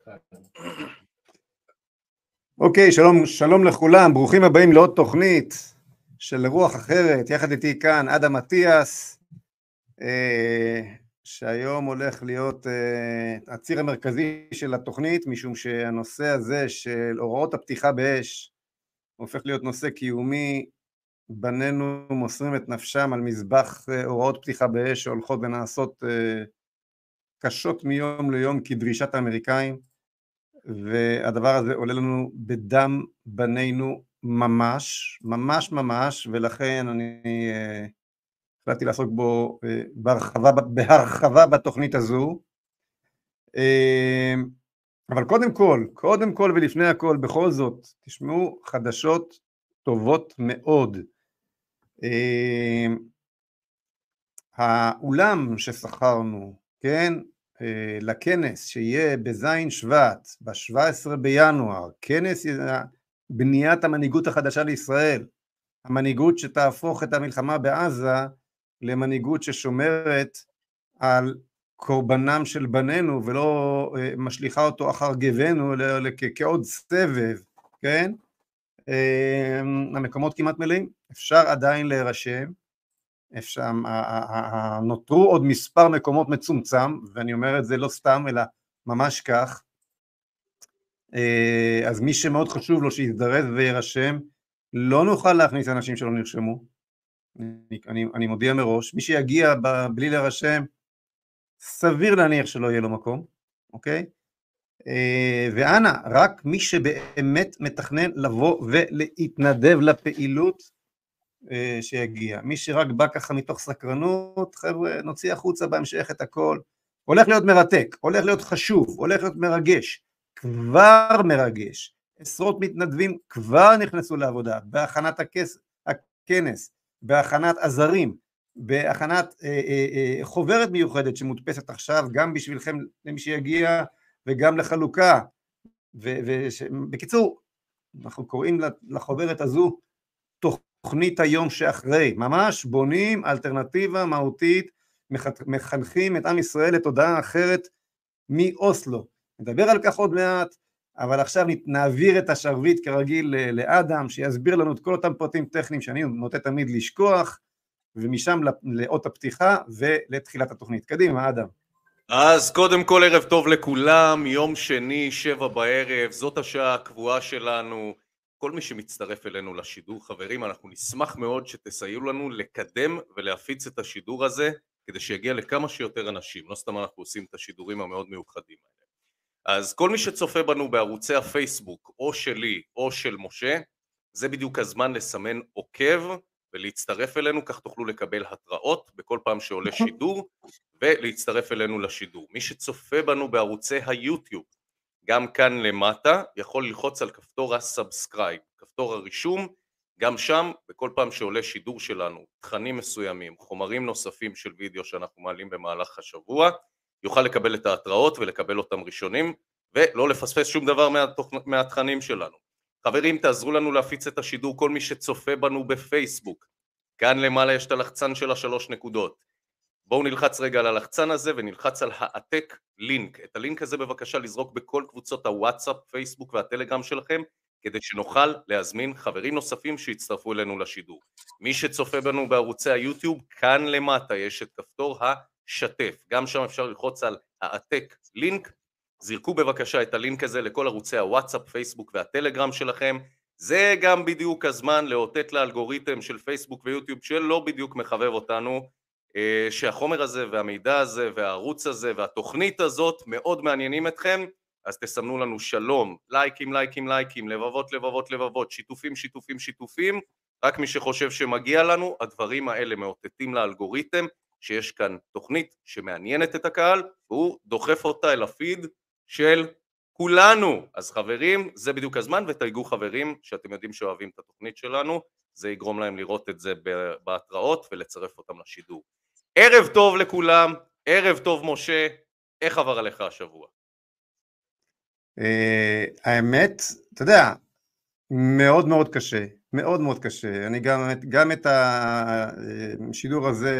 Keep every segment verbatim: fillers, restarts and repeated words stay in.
אוקיי, שלום, שלום לכולם, ברוכים הבאים לעוד תוכנית של רוח אחרת. יחד איתי כאן אדם אטיאס, אה, שהיום הולך להיות אה, הציר המרכזי של התוכנית, משום שהנושא הזה של הוראות הפתיחה באש הופך להיות נושא קיומי. בנינו מוסרים את נפשם על מזבח אה, הוראות פתיחה באש שהולכות ונעשות אה, קשות מיום ליום כדרישת האמריקאים, והדבר הזה עולה לנו בדם בנינו ממש, ממש ממש, ולכן אני אה, החלטתי לעסוק בו אה, בהרחבה, בהרחבה בתוכנית הזו. אה, אבל קודם כל, קודם כל ולפני הכל, בכל זאת, תשמעו חדשות טובות מאוד. אה, האולם ששכרנו, כן, לכנס שיהיה בזין שבט ב-שבעה עשר בינואר, כנס בניית המנהיגות החדשה לישראל, המנהיגות שתהפוך את המלחמה בעזה למנהיגות ששומרת על קורבנם של בנינו ולא משליחה אותו אחר גבנו אלא כעוד סבב, כן? המקומות כמעט מלאים, אפשר עדיין להירשם, אפשר, נותרו עוד מספר מקומות מצומצם, ואני אומר את זה לא סתם אלא ממש כך. אז מי שמאוד חשוב לו שיזדרז וירשם, לא נוכל להכניס אנשים שלא נרשמו, אני, אני, אני מודיע מראש, מי שיגיע בלי להירשם סביר להניח שלא יהיה לו מקום, אוקיי? ואנה, רק מי שבאמת מתכנן לבוא ולהתנדב לפעילות שיגיע. מי שרק בא ככה מתוך סקרנות, חבר'ה, נוציא החוצה בהמשך את הכל. הולך להיות מרתק, הולך להיות חשוב, הולך להיות מרגש, כבר מרגש. עשרות מתנדבים כבר נכנסו לעבודה, בהכנת הכס, הכנס, בהכנת עזרים, בהכנת אה, אה, אה, חוברת מיוחדת שמודפסת עכשיו, גם בשבילכם למי שיגיע, וגם לחלוקה. ובקיצור, אנחנו קוראים לחוברת הזו, תוך תוכנית היום שאחרי, ממש בונים אלטרנטיבה מהותית, מחנכים את עם ישראל לתודעה אחרת מאוסלו. נדבר על כך עוד מעט, אבל עכשיו נעביר את השרביט כרגיל לאדם, שיסביר לנו את כל אותם פרטים טכניים שאני נוטה תמיד לשכוח, ומשם לאות הפתיחה ולתחילת התוכנית. קדימה, אדם. אז קודם כל ערב טוב לכולם, יום שני, שבע בערב, זאת השעה הקבועה שלנו. כל מי שמצטרף אלינו לשידור, חברים, אנחנו נשמח מאוד שתסייעו לנו לקדם ולהפיץ את השידור הזה, כדי שיגיע לכמה שיותר אנשים. לא סתם אנחנו עושים את השידורים המאוד מיוחדים האלה. אז כל מי שצופה בנו בערוצי הפייסבוק, או שלי או של משה, זה בדיוק הזמן לסמן עוקב ולהצטרף אלינו, כך תוכלו לקבל התראות בכל פעם שעולה שידור, ולהצטרף אלינו לשידור. מי שצופה בנו בערוצי היוטיוב, גם כאן למטה יכול ללחוץ על כפתור הסאבסקרייב, כפתור הרישום, גם שם בכל פעם שעולה שידור שלנו, תכנים מסוימים, חומרים נוספים של וידאו שאנחנו מעלים במהלך השבוע, יוכל לקבל את ההתראות ולקבל אותם ראשונים, ולא לפספס שום דבר מהתוכ... מהתכנים שלנו. חברים, תעזרו לנו להפיץ את השידור, כל מי שצופה בנו בפייסבוק, כאן למעלה יש את הלחצן של השלוש נקודות. בואו נלחץ רגע על הלחצן הזה ונלחץ על העתק לינק. את הלינק הזה בבקשה לזרוק בכל קבוצות הוואטסאפ, פייסבוק והטלגרם שלכם, כדי שנוכל להזמין חברים נוספים שיצטרפו אלינו לשידור. מי שצופה בנו בערוצי היוטיוב, כאן למטה יש את כפתור השתף. גם שם אפשר ללחוץ על העתק לינק. זרקו בבקשה את הלינק הזה לכל ערוצי הוואטסאפ, פייסבוק והטלגרם שלכם. זה גם בדיוק הזמן לאותת לאלגוריתם של פייסבוק ויוטיוב שלא בדיוק מחבב אותנו, שהחומר הזה והמידע הזה והערוץ הזה והתוכנית הזאת מאוד מעניינים אתכם, אז תסמנו לנו שלום, לייקים, לייקים, לייקים, לבבות, לבבות, לבבות, שיתופים, שיתופים, שיתופים. רק מי שחושב שמגיע לנו, הדברים האלה מאותתים לאלגוריתם שיש כאן תוכנית שמעניינת את הקהל, והוא דוחף אותה אל הפיד של כולנו. אז חברים, זה בדיוק הזמן, ותייגו חברים שאתם יודעים שאוהבים את התוכנית שלנו, זה יגרום להם לראות את זה בהתראות ולצרף אותם לשידור. ערב טוב לכולם, ערב טוב משה, איך עבר עליך השבוע? האמת, אתה יודע, מאוד מאוד קשה, מאוד מאוד קשה. אני גם, גם את השידור הזה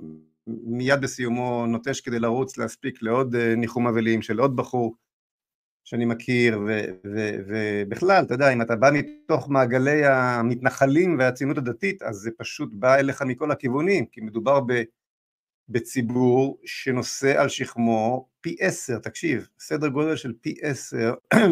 מיד בסיומו נוטש כדי לרוץ להספיק לעוד ניחום אבלים של עוד בחור שאני מכיר, ובכלל, אתה יודע, אם אתה בא מתוך מעגלי המתנחלים והציונות הדתית, אז זה פשוט בא אליך מכל הכיוונים, כי מדובר בציבור שנושא על שכמו פי עשר, תקשיב, סדר גודל של פי עשר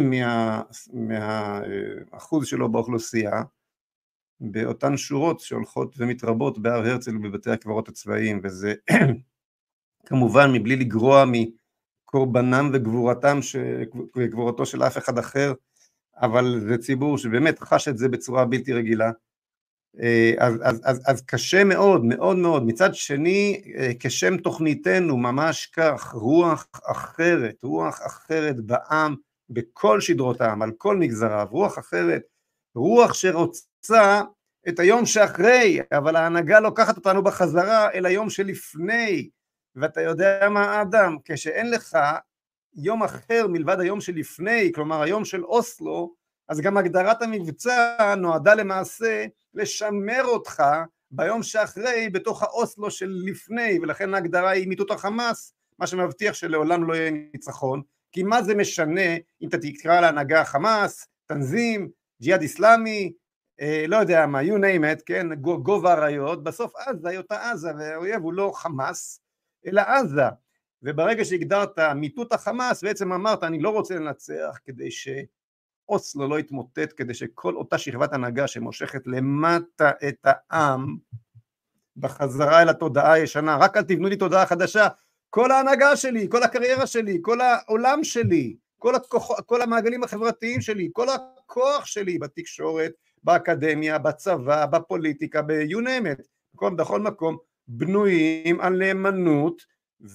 מהאחוז שלו באוכלוסייה, באותן שורות שהולכות ומתרבות בהר הרצל ובבתי הקברות הצבאיים, וזה כמובן מבלי לגרוע מקורבנם וגבורתם ש... וגבורתו של אף אחד אחר, אבל זה ציבור שבאמת חש את זה בצורה בלתי רגילה. אז, אז, אז, אז קשה מאוד, מאוד מאוד. מצד שני, כשם תוכניתנו, ממש כך, רוח אחרת, רוח אחרת בעם, בכל שדרות העם, על כל מגזריו, רוח אחרת, רוח שרוצה את היום שאחרי, אבל ההנהגה לוקחת אותנו בחזרה אל היום שלפני, ואתה יודע מה אדם, כשאין לך יום אחר מלבד היום שלפני, כלומר היום של אוסלו, אז גם הגדרת המבצע נועדה למעשה לשמר אותך ביום שאחרי בתוך האוסלו של לפני, ולכן ההגדרה היא מיטוט החמאס, מה שמבטיח שלעולם לא יהיה ניצחון, כי מה זה משנה אם אתה תקרא להנהגה חמאס, תנזים, ג'יהאד איסלאמי, אה, לא יודע מה, you name it, כן, גובה הריות, בסוף עזה היא אותה עזה, והאויב הוא לא חמאס, אלא עזה, וברגע שהגדרת מיטוט החמאס, בעצם אמרת אני לא רוצה לנצח כדי שאוסלו לא יתמוטט, כדי שכל אותה שכבת הנהגה שמושכת למטה את העם, בחזרה אל התודעה הישנה, רק אל תבנו לי תודעה חדשה, כל ההנהגה שלי, כל הקריירה שלי, כל העולם שלי, כל, הכוח, כל המעגלים החברתיים שלי, כל הכוח שלי בתקשורת, באקדמיה, בצבא, בפוליטיקה, ב-you name it, בכל, בכל מקום, בנויים על נאמנות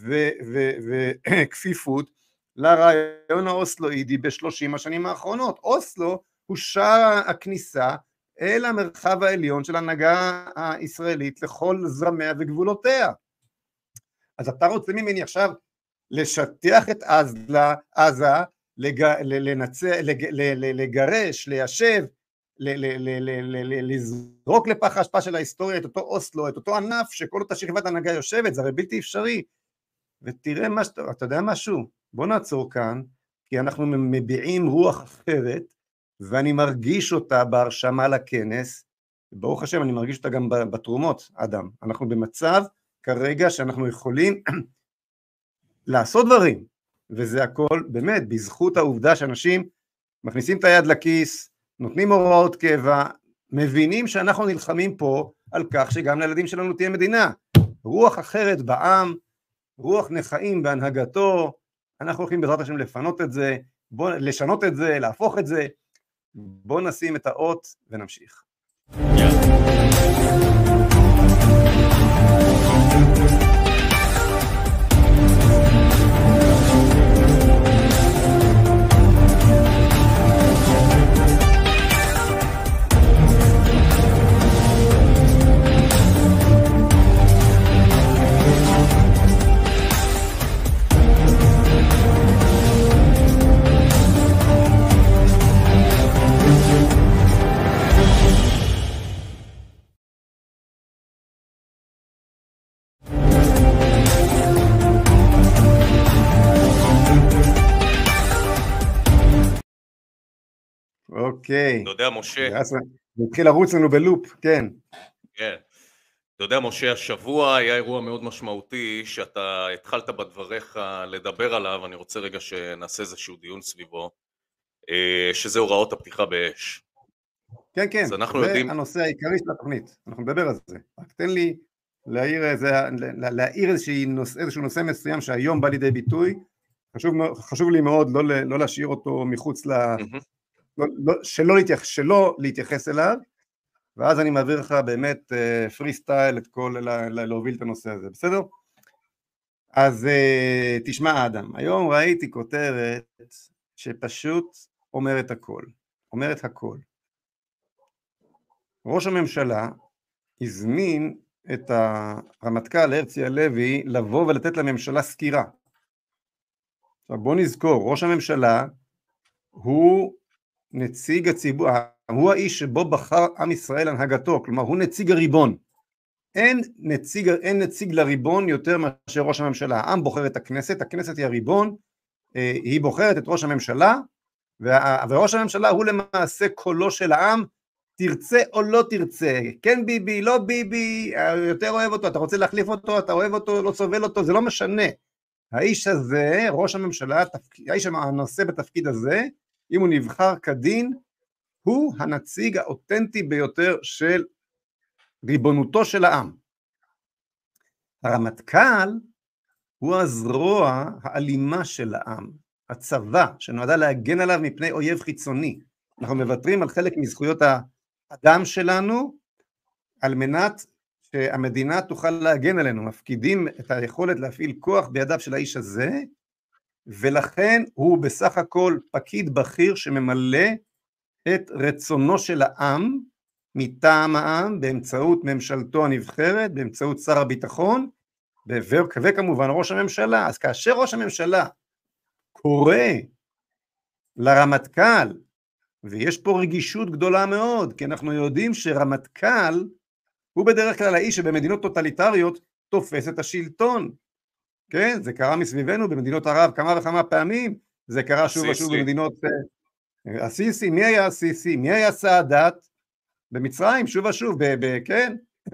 וכפיפות לרעיון האוסלואידי בשלושים השנים האחרונות. אוסלו הוא שער הכניסה אל המרחב העליון של ההנהגה הישראלית לכל זרמיה וגבולותיה. אז אתה רוצה ממני עכשיו לשטח את עזה, לג, לנצא, לג, לגרש, ליישב, לזרוק לפח האשפה של ההיסטוריה את אותו אוסלו, את אותו ענף שכל אותה שכבת הנהגה יושבת, זה הרי בלתי אפשרי. ותראה מה שאתה, אתה יודע משהו? בוא נעצור כאן, כי אנחנו מביעים רוח אחרת, ואני מרגיש אותה בהרשמה לכנס, ברוך השם אני מרגיש אותה גם בתרומות, אדם. אנחנו במצב כרגע שאנחנו יכולים לעשות דברים, וזה הכל באמת בזכות העובדה שאנשים מכניסים את היד לכיס, נותנים הוראות קבע, מבינים שאנחנו נלחמים פה על כך שגם לילדים שלנו תהיה מדינה. רוח אחרת בעם, רוח נחיים בהנהגתו, אנחנו הולכים בעזרת השם לפנות את זה, בוא, לשנות את זה, להפוך את זה, בוא נשים את האות ונמשיך. אוקיי. אתה יודע, משה... זה התחיל לרוץ לנו בלופ, כן. כן. אתה יודע, משה, השבוע היה אירוע מאוד משמעותי שאתה התחלת בדבריך לדבר עליו, אני רוצה רגע שנעשה איזשהו דיון סביבו, שזה הוראות הפתיחה באש. כן, כן, זה יודעים... הנושא העיקרי של התוכנית, אנחנו נדבר על זה. רק תן לי להעיר, איזה, להעיר איזשהו, איזשהו נושא מסוים שהיום בא לידי ביטוי, חשוב, חשוב לי מאוד לא, לא להשאיר אותו מחוץ ל... Mm-hmm. לא, לא, שלא, להתייח, שלא להתייחס אליו, ואז אני מעביר לך באמת פרי סטייל את כל, לה, לה, להוביל את הנושא הזה, בסדר? אז uh, תשמע אדם, היום ראיתי כותרת שפשוט אומרת הכל, אומרת הכל. ראש הממשלה הזמין את הרמטכ"ל הרצי הלוי לבוא ולתת לממשלה סקירה. עכשיו בוא נזכור, ראש הממשלה הוא נציג הציבור, הוא האיש שבו בחר עם ישראל הנהגתו, כלומר הוא נציג הריבון. אין נציג, אין נציג לריבון יותר מאשר ראש הממשלה. העם בוחר את הכנסת, הכנסת היא הריבון, היא בוחרת את ראש הממשלה, וראש הממשלה הוא למעשה קולו של העם, תרצה או לא תרצה, כן ביבי, לא ביבי, יותר אוהב אותו, אתה רוצה להחליף אותו, אתה אוהב אותו, לא סובל אותו, זה לא משנה. האיש הזה, ראש הממשלה, האיש הנושא בתפקיד הזה, אם הוא נבחר כדין, הוא הנציג האותנטי ביותר של ריבונותו של העם. הרמטכ"ל הוא הזרוע האלימה של העם, הצבא שנועדה להגן עליו מפני אויב חיצוני. אנחנו מוותרים על חלק מזכויות האדם שלנו על מנת שהמדינה תוכל להגן עלינו, מפקידים את היכולת להפעיל כוח בידיו של האיש הזה, ולכן הוא בסך הכל פקיד בכיר שממלא את רצונו של העם מטעם העם באמצעות ממשלתו הנבחרת, באמצעות שר הביטחון, וכמובן ראש הממשלה. אז כאשר ראש הממשלה קורא לרמטכ"ל, ויש פה רגישות גדולה מאוד, כי אנחנו יודעים שרמטכ"ל הוא בדרך כלל האיש שבמדינות טוטליטריות תופס את השלטון, כן? זה קרה מסביבנו במדינות ערב כמה וכמה פעמים, זה קרה שוב ושוב במדינות... הסיסי, מי היה הסיסי? מי היה סאדאת? במצרים, שוב ושוב, כן?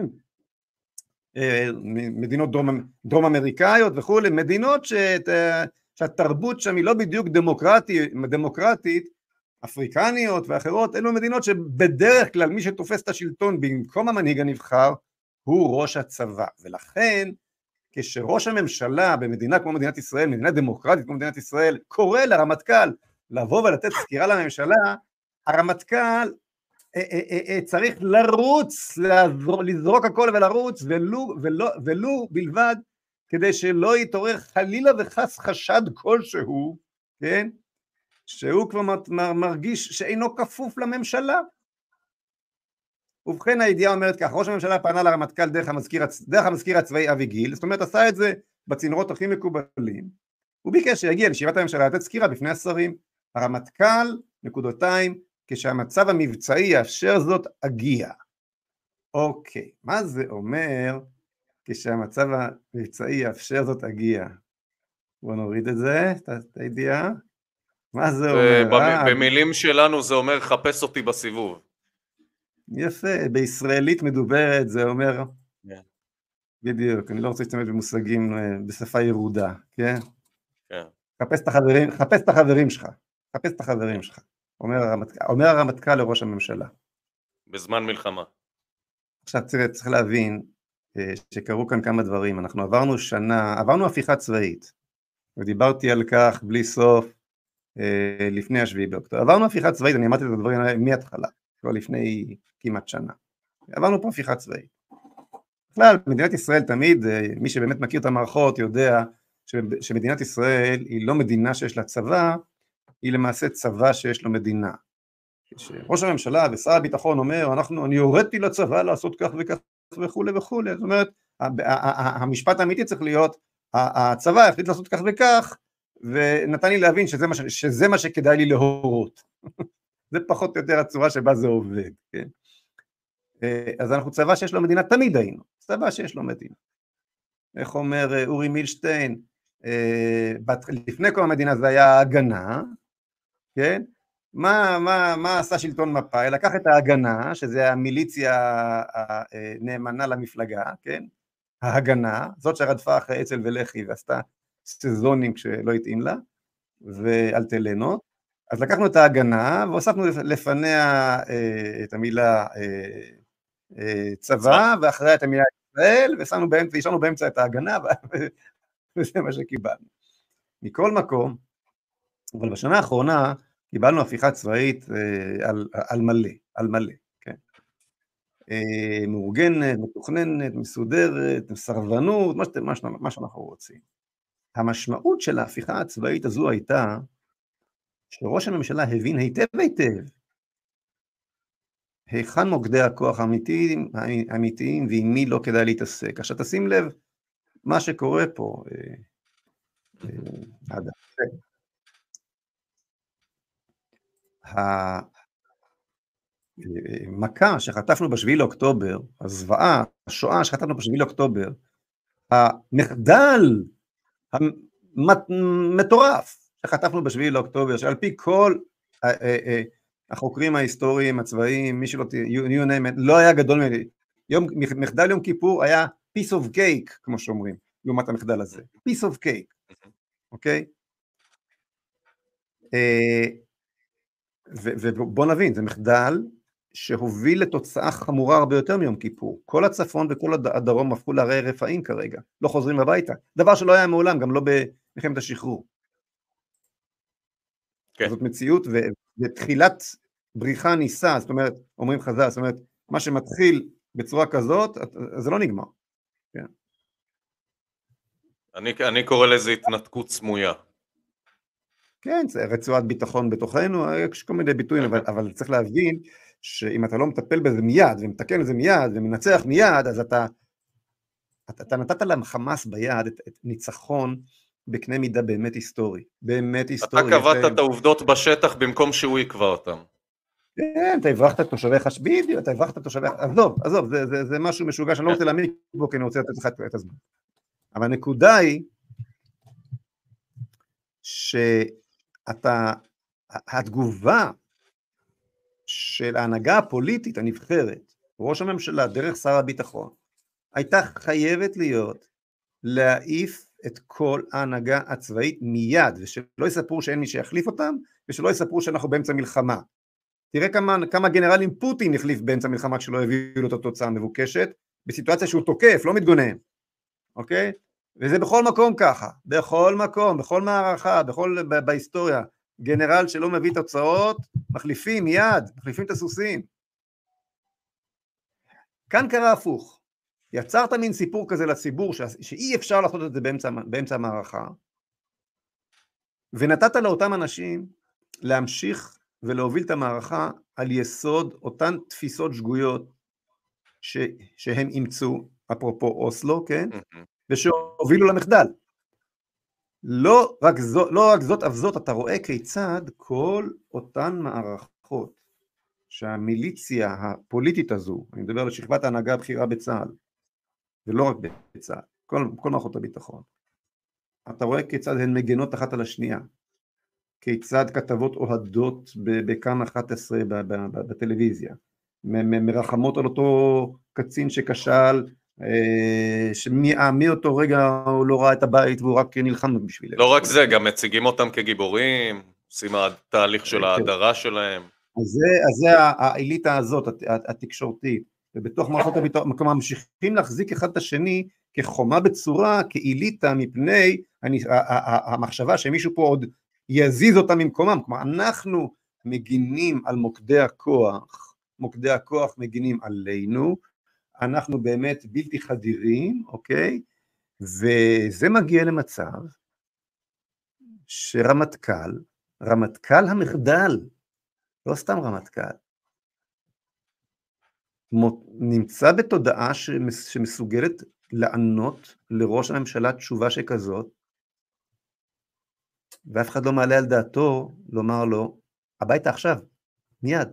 מדינות דרום, דרום אמריקאיות וכו', מדינות שאת, שהתרבות שם היא לא בדיוק דמוקרטית, דמוקרטית, אפריקניות ואחרות, אלו מדינות שבדרך כלל מי שתופס את השלטון במקום המנהיג הנבחר הוא ראש הצבא, ולכן כשראש הממשלה במדינה כמו מדינת ישראל, מדינה דמוקרטית כמו מדינת ישראל, קורא לרמטכ"ל לבוא ולתת סקירה לממשלה, הרמטכ"ל צריך לרוץ, לזרוק הכל ולרוץ, ולו, ולא, ולו בלבד, כדי שלא יתעורר חלילה וחס חשד כלשהו, כן? שהוא כבר מרגיש שאינו כפוף לממשלה. ובכן הידיעה אומרת כך, ראש הממשלה פנה לרמטכ"ל דרך המזכיר, דרך המזכיר הצבאי אבי גיל, זאת אומרת עשה את זה בצינורות הכי מקובלים, הוא ביקש שיגיע לישיבת הממשלה לתת סקירה בפני השרים. הרמטכ"ל, נקודותיים, כשהמצב המבצעי יאפשר זאת אגיע. אוקיי, מה זה אומר כשהמצב המבצעי יאפשר זאת אגיע? בואו נוריד את זה, את הידיעה. מה זה אומר? במילים שלנו זה אומר חפש אותי בסיבוב. יפה, בישראלית מדוברת זה אומר, בדיוק, אני לא רוצה להשתמש במושגים בשפה ירודה, כן? חפש את החברים, חפש את החברים שלך, חפש את החברים שלך, אומר הרמטכ"ל, אומר הרמטכ"ל לראש הממשלה. בזמן מלחמה. עכשיו צריך להבין שקרו כאן כמה דברים, אנחנו עברנו שנה, עברנו הפיכה צבאית, ודיברתי על כך בלי סוף לפני השביעי באוקטובר, עברנו הפיכה צבאית, אני אמרתי את הדברים האלה מההתחלה, כבר לפני כמעט שנה, עברנו פה הפיכה צבאית. בכלל, מדינת ישראל תמיד, מי שבאמת מכיר את המערכות יודע שמדינת ישראל היא לא מדינה שיש לה צבא, היא למעשה צבא שיש לו מדינה. ראש הממשלה ושר הביטחון אומר, אנחנו, אני הורדתי לצבא לעשות כך וכך וכו' וכו', זאת אומרת, המשפט האמיתי צריך להיות, הצבא החליט לעשות כך וכך, ונתן לי להבין שזה מה, שזה מה שכדאי לי להורות. זה פחות או יותר הצורה שבה זה עובד, כן? אז אנחנו צבא שיש לו מדינה, תמיד היינו, צבא שיש לו מדינה. איך אומר אורי מילשטיין, לפני כל המדינה זה היה ההגנה, כן? מה, מה, מה עשה שלטון מפא"י? לקח את ההגנה, שזה המיליציה הנאמנה למפלגה, כן? ההגנה, זאת שרדפה אחרי אצ"ל ולח"י ועשתה סזונים כשלא התאים לה, ואלטלנות, אז לקחנו את ההגנה והוספנו לפניה את המילה צבא, ואחריה את המילה ישראל, ושמנו באמצע, ישרנו באמצע את ההגנה, וזה מה שקיבלנו. מכל מקום, אבל בשנה האחרונה קיבלנו הפיכה צבאית על, על מלא, על מלא, כן? מאורגנת, מתוכננת, מסודרת, סרבנות, מה, מה, מה שאנחנו רוצים. המשמעות של ההפיכה הצבאית הזו הייתה, שראש הממשלה הבין היטב היטב, היכן מוקדי הכוח האמיתיים, האמיתיים ועם מי לא כדאי להתעסק. עכשיו תשים לב מה שקורה פה, עד המכה שחטפנו בשביעי לאוקטובר, הזוועה, השואה שחטפנו בשביעי לאוקטובר, המחדל המטורף שחטפנו בשביעי לאוקטובר, שעל פי כל החוקרים ההיסטוריים, הצבאיים, מי שלא תהיו נאמן, לא היה גדול ממני. מחדל יום כיפור היה piece of cake, כמו שאומרים, לעומת המחדל הזה. piece of cake, אוקיי? ובוא נבין, זה מחדל שהוביל לתוצאה חמורה הרבה יותר מיום כיפור. כל הצפון וכל הדרום הפכו להרי רפאים כרגע, לא חוזרים הביתה. דבר שלא היה מעולם, גם לא במלחמת השחרור. כן. זאת מציאות, ותחילת בריחה ניסה, זאת אומרת, אומרים חז"ל, זאת אומרת, מה שמתחיל בצורה כזאת, זה לא נגמר. כן. אני, אני קורא לזה התנתקות סמויה. כן, זה רצועת ביטחון בתוכנו, יש כל מיני ביטויים, אבל, אבל צריך להבין שאם אתה לא מטפל בזה מיד, ומתקן את זה מיד, ומנצח מיד, אז אתה, אתה, אתה נתת לחמאס ביד את, את ניצחון בקנה מידה באמת היסטורי, באמת היסטורי. אתה קבעת את העובדות בשטח במקום שהוא יקבע אותם. כן, אתה הברחת את תושבי חשביד, אתה הברחת את תושבי, עזוב, עזוב, זה, זה, זה משהו משוגע שאני לא רוצה להעמיק בו, כי אני רוצה לתת לך את הזמן. אבל הנקודה היא, שאתה, התגובה של ההנהגה הפוליטית הנבחרת, ראש הממשלה דרך שר הביטחון, הייתה חייבת להיות להעיף את כל ההנהגה הצבאית מיד, ושלא יספרו שאין מי שיחליף אותם, ושלא יספרו שאנחנו באמצע מלחמה. תראה כמה, כמה גנרלים פוטין החליף באמצע מלחמה כשלא הביאו לו את התוצאה המבוקשת, בסיטואציה שהוא תוקף, לא מתגונן, אוקיי? וזה בכל מקום ככה, בכל מקום, בכל מערכה, בכל, בהיסטוריה, גנרל שלא מביא תוצאות, מחליפים מיד, מחליפים את הסוסים. כאן קרה הפוך, יצרת מין סיפור כזה לציבור, שאי אפשר לעשות את זה באמצע, באמצע המערכה, ונתת לאותם אנשים להמשיך ולהוביל את המערכה על יסוד אותן תפיסות שגויות ש, שהם אימצו, אפרופו אוסלו, כן? ושהובילו למחדל. לא רק, זו, לא רק זאת, אף זאת, אתה רואה כיצד כל אותן מערכות שהמיליציה הפוליטית הזו, אני מדבר על שכבת ההנהגה הבכירה בצה"ל, ולא רק בצה"ל, כל, כל מערכות הביטחון, אתה רואה כיצד הן מגנות אחת על השנייה, כיצד כתבות אוהדות בכאן אחת עשרה בטלוויזיה, מרחמות על אותו קצין שכשל, שמאותו רגע הוא לא ראה את הבית והוא רק נלחם בשבילם. לא רק זה, גם מציגים אותם כגיבורים, עושים התהליך של ההדרה שלהם. אז זה האליטה הזאת, התקשורתית, ובתוך מערכות הביטחון, ממשיכים להחזיק אחד את השני כחומה בצורה, כאליטה מפני המחשבה שמישהו פה עוד יזיז אותם ממקומם. כלומר, אנחנו מגינים על מוקדי הכוח, מוקדי הכוח מגינים עלינו, אנחנו באמת בלתי חדירים, אוקיי? וזה מגיע למצב שרמטכ"ל, רמטכ"ל המחדל, לא סתם רמטכ"ל, נמצא בתודעה שמסוגלת לענות לראש הממשלה תשובה שכזאת, ואף אחד לא מעלה על דעתו לומר לו, הביתה עכשיו, מיד.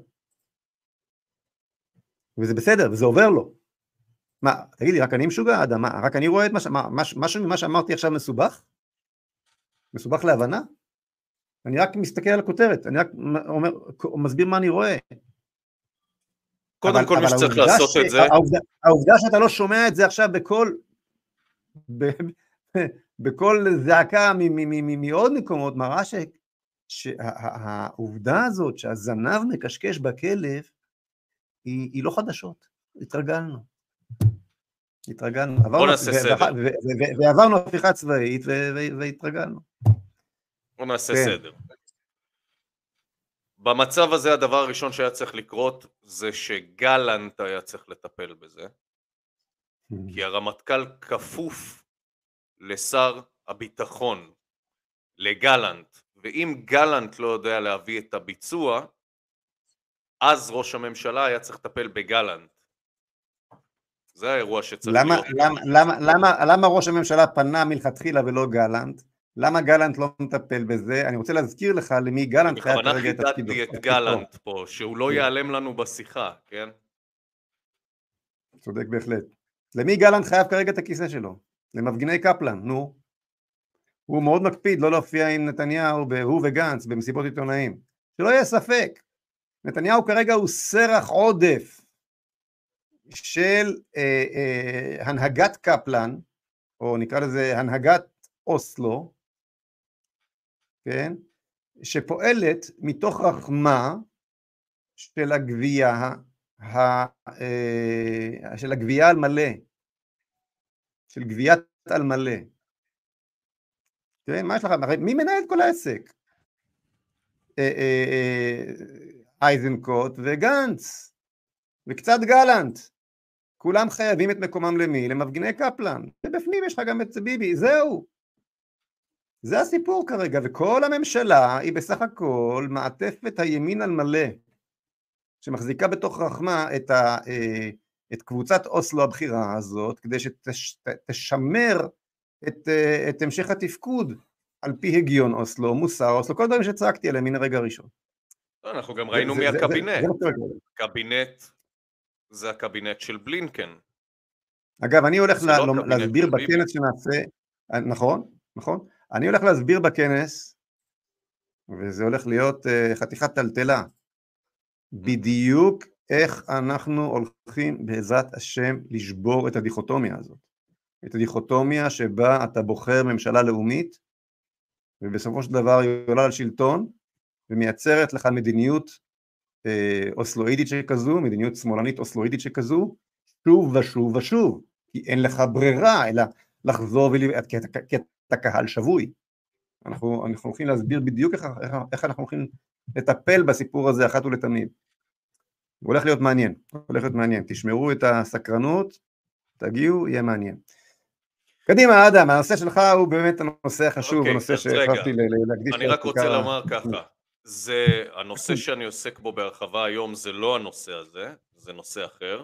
וזה בסדר, וזה עובר לו. מה, תגיד לי, רק אני משוגע, אדם, מה, רק אני רואה את מה, מה, משהו ממה שאמרתי עכשיו מסובך? מסובך להבנה? אני רק מסתכל על הכותרת, אני רק אומר, מסביר מה אני רואה. קודם אבל, כל אבל מי שצריך לעשות ש... את זה... העובדה, העובדה שאתה לא שומע את זה עכשיו בכל, ב, בכל זעקה מעוד מקומות, מראה ש, שהעובדה הזאת שהזנב מקשקש בכלב, היא, היא לא חדשות, התרגלנו. התרגלנו. בוא נעשה סדר. ועברנו הפיכה צבאית והתרגלנו. בוא נעשה סדר. במצב הזה הדבר הראשון שהיה צריך לקרות זה שגלנט היה צריך לטפל בזה, כי הרמטכ"ל כפוף לשר הביטחון, לגלנט, ואם גלנט לא יודע להביא את הביצוע, אז ראש הממשלה היה צריך לטפל בגלנט. זה האירוע שצריך למה, להיות. למה, למה, למה, למה ראש הממשלה פנה מלכתחילה ולא גלנט? למה גלנט לא מטפל בזה? אני רוצה להזכיר לך למי גלנט חייב כרגע את תפקידו. בכוונה חידדתי את גלנט פה, שהוא לא ייעלם לנו בשיחה, כן? צודק בהחלט. למי גלנט חייב כרגע את הכיסא שלו? למפגיני קפלן, נו. הוא מאוד מקפיד לא להופיע עם נתניהו, הוא וגנץ, במסיבות עיתונאים. שלא יהיה ספק, נתניהו כרגע הוא סרח עודף של אה, אה, הנהגת קפלן, או נקרא לזה הנהגת אוסלו, כן? שפועלת מתוך רחמה של הגבייה, ה, אה, של הגבייה על מלא, של גביית על מלא. כן, מה יש לך? מי מנהל את כל העסק? אה, אה, אה, אייזנקוט וגנץ, וקצת גלנט. כולם חייבים את מקומם למי? למפגיני קפלן. ובפנים יש לך גם את ביבי, זהו. זה הסיפור כרגע, וכל הממשלה היא בסך הכל מעטפת הימין על מלא, שמחזיקה בתוך רחמה את, ה, את קבוצת אוסלו הבחירה הזאת, כדי שתשמר את, את המשך התפקוד על פי הגיון אוסלו, מוסר אוסלו, כל דברים שצעקתי עליהם מן הרגע הראשון. אנחנו גם ראינו מי הקבינט. זה, זה, זה קבינט זה הקבינט של בלינקן. אגב, אני הולך לה, לא להסביר בכנס שנעשה, נכון, נכון, אני הולך להסביר בכנס, וזה הולך להיות uh, חתיכת טלטלה, בדיוק איך אנחנו הולכים בעזרת השם לשבור את הדיכוטומיה הזאת, את הדיכוטומיה שבה אתה בוחר ממשלה לאומית, ובסופו של דבר היא עולה על שלטון, ומייצרת לך מדיניות אה, אוסלואידית שכזו, מדיניות שמאלנית אוסלואידית שכזו, שוב ושוב ושוב, כי אין לך ברירה, אלא לחזור ולבעט, כי אתה, כי אתה קהל שבוי. אנחנו, אנחנו הולכים להסביר בדיוק איך, איך, איך אנחנו הולכים לטפל בסיפור הזה אחת ולתמיד. הוא הולך להיות מעניין, הולך להיות מעניין, תשמרו את הסקרנות, תגיעו, יהיה מעניין. קדימה, אדם, הנושא שלך הוא באמת הנושא החשוב, okay, הנושא שהחלטתי להקדיש. אני רק רוצה לומר ככה, זה הנושא שאני עוסק בו בהרחבה היום, זה לא הנושא הזה, זה נושא אחר,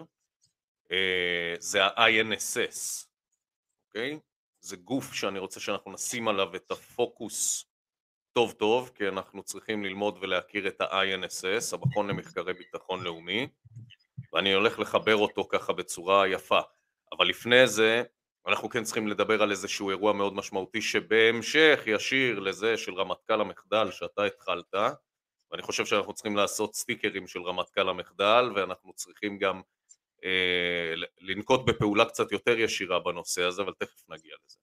זה ה-איי אן אס אס, אוקיי? זה גוף שאני רוצה שאנחנו נשים עליו את הפוקוס טוב טוב, כי אנחנו צריכים ללמוד ולהכיר את ה-איי אן אס אס, המכון למחקרי ביטחון לאומי, ואני הולך לחבר אותו ככה בצורה יפה. אבל לפני זה, אנחנו כן צריכים לדבר על איזשהו אירוע מאוד משמעותי, שבהמשך ישיר לזה של רמטכ"ל המחדל שאתה התחלת, ואני חושב שאנחנו צריכים לעשות סטיקרים של רמטכ"ל המחדל, ואנחנו צריכים גם אה, לנקוט בפעולה קצת יותר ישירה בנושא הזה, אבל תכף נגיע לזה.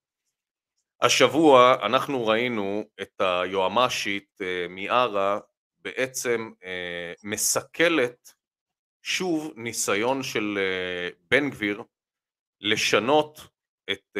השבוע אנחנו ראינו את היועמ"שית מיארה בעצם מסכלת שוב ניסיון של בן גביר לשנות את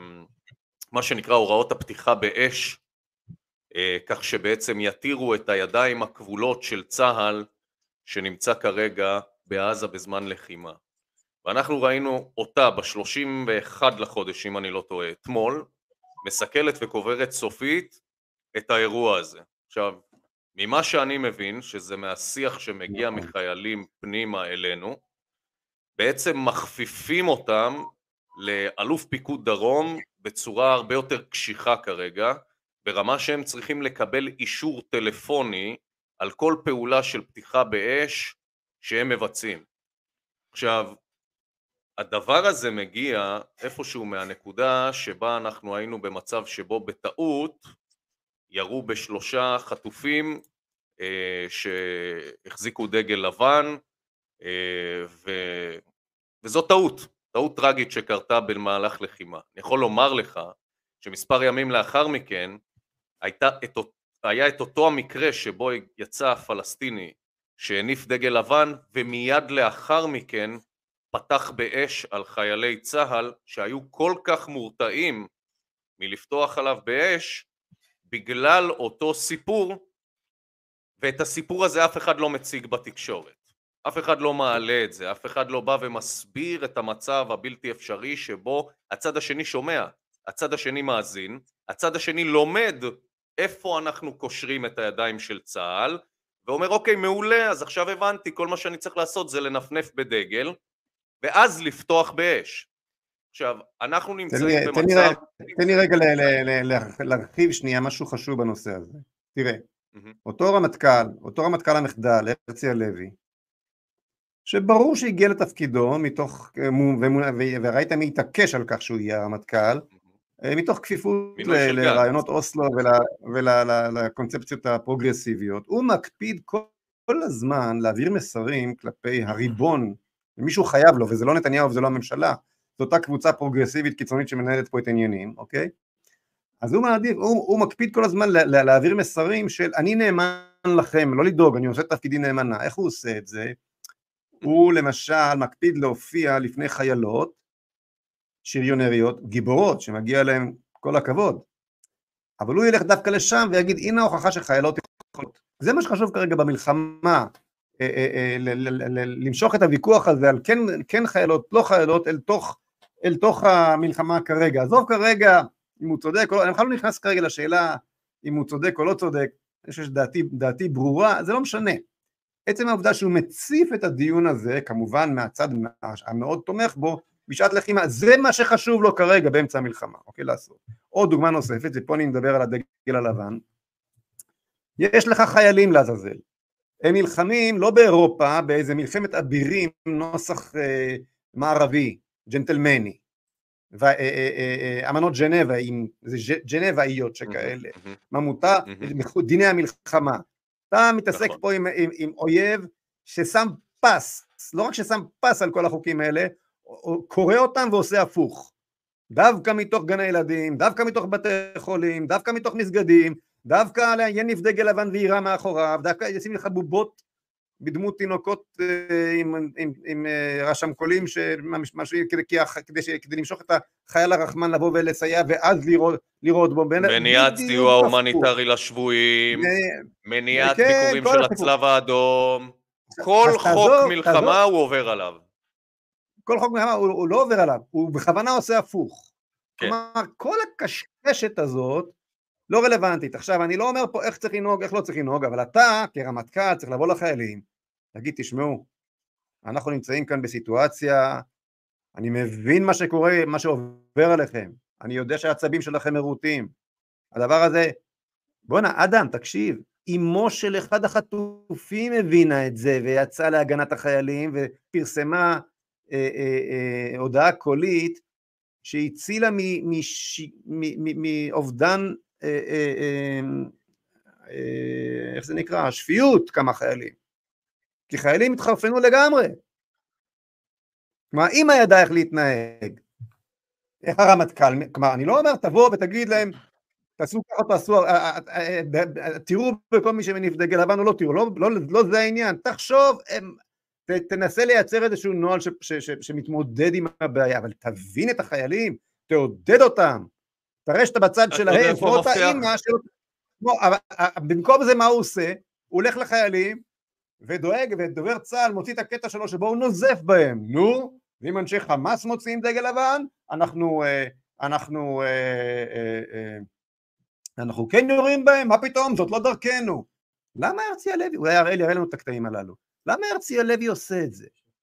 מה שנקרא הוראות הפתיחה באש, כך שבעצם יתירו את הידיים הכבולות של צה"ל שנמצא כרגע בעזה בזמן לחימה. ואנחנו ראינו אותה ב-שלושים ואחד לחודש, אם אני לא טועה, אתמול, מסכלת וקוברת סופית את האירוע הזה. עכשיו, ממה שאני מבין, שזה מהשיח שמגיע מחיילים פנימה אלינו, בעצם מכפיפים אותם לאלוף פיקוד דרום בצורה הרבה יותר קשיחה כרגע, ברמה שהם צריכים לקבל אישור טלפוני על כל פעולה של פתיחה באש שהם מבצעים. עכשיו, הדבר הזה מגיע איפשהו מהנקודה שבה אנחנו היינו במצב שבו בטעות ירו בשלושה חטופים אה, שהחזיקו דגל לבן, אה, ו... וזו טעות, טעות טרגית שקרתה במהלך לחימה. אני יכול לומר לך שמספר ימים לאחר מכן הייתה את... היה את אותו המקרה שבו יצא הפלסטיני שהניף דגל לבן, ומיד לאחר מכן פתח באש על חיילי צה"ל שהיו כל כך מורתעים מלפתוח עליו באש בגלל אותו סיפור, ואת הסיפור הזה אף אחד לא מציג בתקשורת, אף אחד לא מעלה את זה, אף אחד לא בא ומסביר את המצב הבלתי אפשרי שבו הצד השני שומע, הצד השני מאזין, הצד השני לומד איפה אנחנו קושרים את הידיים של צה"ל, ואומר אוקיי מעולה, אז עכשיו הבנתי, כל מה שאני צריך לעשות זה לנפנף בדגל ואז לפתוח באש. עכשיו, אנחנו נמצאים תן לי, במצב... תן לי רגע להרחיב שנייה משהו חשוב בנושא הזה. תראה, אותו רמטכ"ל, אותו רמטכ"ל המחדל, הרצי הלוי, שברור שהגיע לתפקידו מתוך, וראית מי התעקש על כך שהוא יהיה הרמטכ"ל, מתוך כפיפות מינוי של גנץ. לרעיונות אוסלו ולקונספציות הפרוגרסיביות, הוא מקפיד כל כל הזמן להעביר מסרים כלפי הריבון, ומישהו חייב לו, וזה לא נתניהו וזה לא הממשלה, זו אותה קבוצה פרוגרסיבית קיצונית שמנהלת פה את העניינים, אוקיי? אז הוא מעדיף, הוא, הוא מקפיד כל הזמן לה, לה, להעביר מסרים של אני נאמן לכם, לא לדאוג, אני עושה תפקידי נאמנה. איך הוא עושה את זה? הוא למשל מקפיד להופיע לפני חיילות, שריונריות, גיבורות, שמגיע להם כל הכבוד, אבל הוא ילך דווקא לשם ויגיד הנה ההוכחה שחיילות יכולות. זה מה שחשוב כרגע במלחמה, למשוך את הוויכוח הזה על כן, כן חיילות, לא חיילות, אל תוך, אל תוך המלחמה כרגע. עזוב כרגע אם הוא צודק או לא, אני בכלל לא נכנס כרגע לשאלה אם הוא צודק או לא צודק, אני חושב שדעתי, דעתי ברורה, זה לא משנה. עצם העובדה שהוא מציף את הדיון הזה, כמובן מהצד המאוד תומך בו, בשעת לחימה, זה מה שחשוב לו כרגע באמצע המלחמה, אוקיי, לעשות. עוד דוגמה נוספת, ופה אני מדבר על הדגל הלבן, יש לך חיילים לעזאזל, הם נלחמים לא באירופה, באיזה מלחמת אבירים, נוסח אה, מערבי, ג'נטלמני, ואמנות ג'נבה, זה ג'נבאיות שכאלה, מה מותר, דיני המלחמה, אתה מתעסק פה עם, עם, עם אויב ששם פס, לא רק ששם פס על כל החוקים האלה, קורא אותם ועושה הפוך, דווקא מתוך גני ילדים, דווקא מתוך בתי חולים, דווקא מתוך מסגדים, דווקא יניף דגל לבן ויראה מאחוריו, דווקא ישים לך בובות בדמות תינוקות עם, עם, עם רשמקולים שמשהו כדי, כדי, כדי למשוך את החייל הרחמן לבוא ולסייע ואז לראות, לראות בו. מניעת סיוע הומניטרי לשבויים, מניעת ביקורים של הצלב האדום, כל חוק מלחמה הוא עובר עליו. כל חוק מלחמה הוא, הוא לא עובר עליו, הוא בכוונה עושה הפוך. כן. כלומר, כל הקשקשת הזאת לא רלוונטית. עכשיו, אני לא אומר פה איך צריך לנהוג, איך לא צריך לנהוג, אבל אתה כרמטכ"ל צריך לבוא לחיילים, להגיד, תשמעו, אנחנו נמצאים כאן בסיטואציה, אני מבין מה שקורה, מה שעובר עליכם, אני יודע שהעצבים שלכם מרוטים, הדבר הזה, בוא נה, אדם, תקשיב, אמו של אחד החטופים הבינה את זה, ויצאה להגנת החיילים, ופרסמה אה, אה, אה, הודעה קולית, שהצילה מאובדן, אה, אה, אה, אה, איך זה נקרא? שפיות כמה חיילים. כי חיילים התחרפנו לגמרי. כלומר, אם הידע איך להתנהג, איך הרמטכ"ל, כלומר, אני לא אומר, תבוא ותגיד להם, תעשו ככה, תעשו, תראו בכל מי שמניף דגל לבן או לא תראו, לא, לא, לא זה העניין, תחשוב, ת, תנסה לייצר איזשהו נוהל ש, ש, ש, שמתמודד עם הבעיה, אבל תבין את החיילים, תעודד אותם, תראה שאתה בצד שלהם, כמו אותה אימא שלו, במקום זה מה הוא עושה? הוא הולך לחיילים, ודואג, ודובר צה"ל מוציא את הקטע שלו שבו הוא נוזף בהם, נו, ואם אנשי חמאס מוציאים דגל לבן, אנחנו, אנחנו, אנחנו כן יורים בהם, מה פתאום, זאת לא דרכנו. למה הרצי הלוי, אולי יראה לי, יראה לנו את הקטעים הללו, למה הרצי הלוי עושה את זה?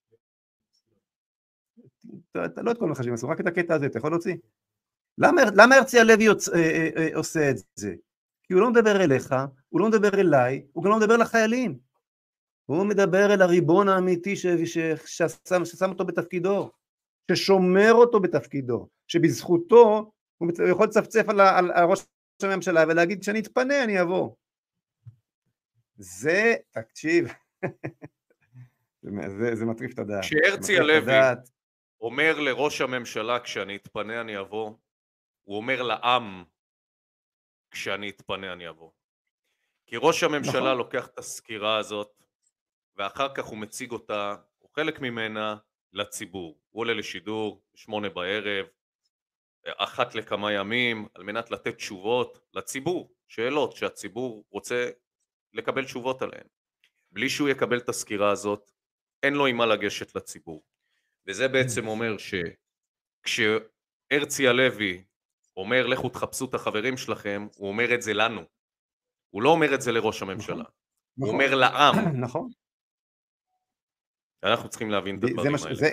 אתה לא את כל מחשבים, רק את הקטע הזה, אתה יכול להוציא? למה הרצי הלוי עושה את זה? כי הוא לא מדבר אליך, הוא לא מדבר אליי, הוא גם לא מדבר לחיילים. הוא מדבר אל הריבון האמיתי ששם אותו בתפקידו, ששומר אותו בתפקידו, שבזכותו הוא יכול לצפצף על ראש הממשלה ולהגיד שאני אתפנה, אני אבוא. זה, תקשיב, זה, זה מטריף את הדעת. כשהרצי הלוי אומר לראש הממשלה כשאני אתפנה אני אבוא, הוא אומר לעם כשאני אתפנה אני אבוא. כי ראש הממשלה נכון. לוקח את הסקירה הזאת, ואחר כך הוא מציג אותה, הוא חלק ממנה לציבור. הוא עולה לשידור, שמונה בערב, אחת לכמה ימים, על מנת לתת תשובות לציבור, שאלות שהציבור רוצה לקבל תשובות עליהן. בלי שהוא יקבל את הסקירה הזאת, אין לו עם מה לגשת לציבור. וזה בעצם אומר שכשהרצי הלוי אומר לכו תחפשו את החברים שלכם, הוא אומר את זה לנו. הוא לא אומר את זה לראש הממשלה. הוא אומר לעם. נכון. אנחנו צריכים להבין את הדברים האלה.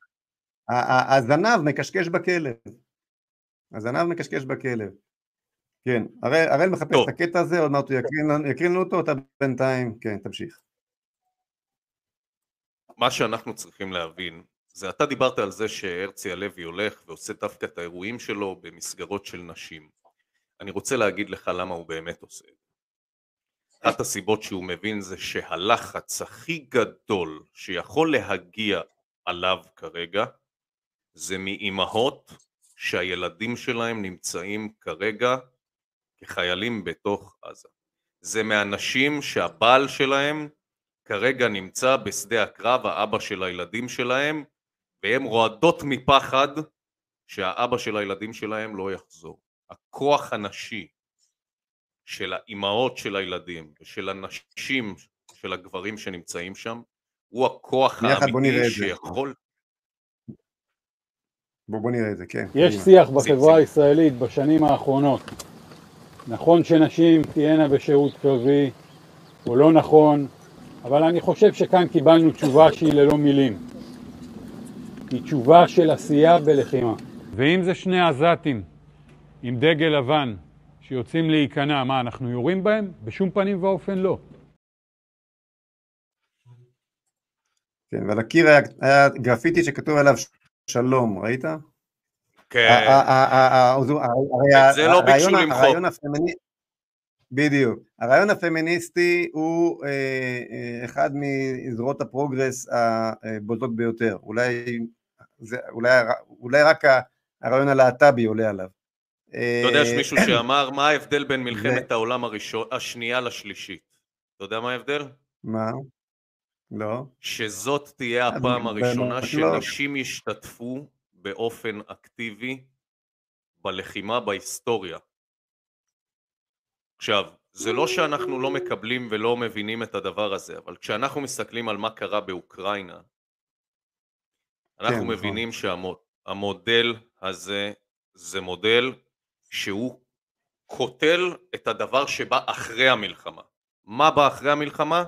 הזנב מקשקש בכלב. הזנב מקשקש בכלב. כן, הראל מחפש את הקטע הזה, עוד מעט הוא יקרין לנו אותו, אתה בינתיים, כן, תמשיך. מה שאנחנו צריכים להבין, זה אתה דיברת על זה שהרצי הלוי הולך ועושה דווקא את האירועים שלו במסגרות של נשים. אני רוצה להגיד לך למה הוא באמת עושה את זה. אחת הסיבות שהוא מבין זה שהלחץ הכי גדול שיכול להגיע עליו כרגע זה מאימהות שהילדים שלהם נמצאים כרגע כחיילים בתוך עזה. זה מאנשים שהבעל שלהם כרגע נמצא בשדה הקרב, האבא של הילדים שלהם, והם רועדות מפחד שהאבא של הילדים שלהם לא יחזור. הכוח הנשי של האימהות של הילדים ושל הנשים של הגברים שנמצאים שם הוא הכוח האמיתי שיכול... בוא, בוא נראה את זה, כן. יש שיח בחברה הישראלית בשנים האחרונות. נכון שנשים תהיינה בשירות קרבי, או לא נכון, אבל אני חושב שכאן קיבלנו תשובה שהיא ללא מילים. היא תשובה של עשייה בלחימה. ואם זה שני עזתים עם דגל לבן שיוצאים להיכנע, מה, אנחנו יורים בהם? בשום פנים ואופן לא. כן, ועל הקיר היה, היה גרפיטי שכתוב עליו שלום, ראית? כן. את זה לא ביקשו למחוק. הרעיון הפמיניסטי, בדיוק. הרעיון הפמיניסטי הוא אה, אה, אחד מזרועות הפרוגרס הבולטות ביותר. אולי, זה, אולי, אולי רק הרעיון הלהט"בי עולה עליו. אתה יודע, יש מישהו שאמר, מה ההבדל בין מלחמת העולם הראשון, השנייה לשלישית? אתה יודע מה ההבדל? מה? לא. שזאת תהיה הפעם הראשונה שנשים ישתתפו באופן אקטיבי בלחימה בהיסטוריה. עכשיו, זה לא שאנחנו לא מקבלים ולא מבינים את הדבר הזה, אבל כשאנחנו מסתכלים על מה קרה באוקראינה, אנחנו מבינים שהמודל הזה זה מודל שהוא קוטל את הדבר שבא אחרי המלחמה. מה בא אחרי המלחמה?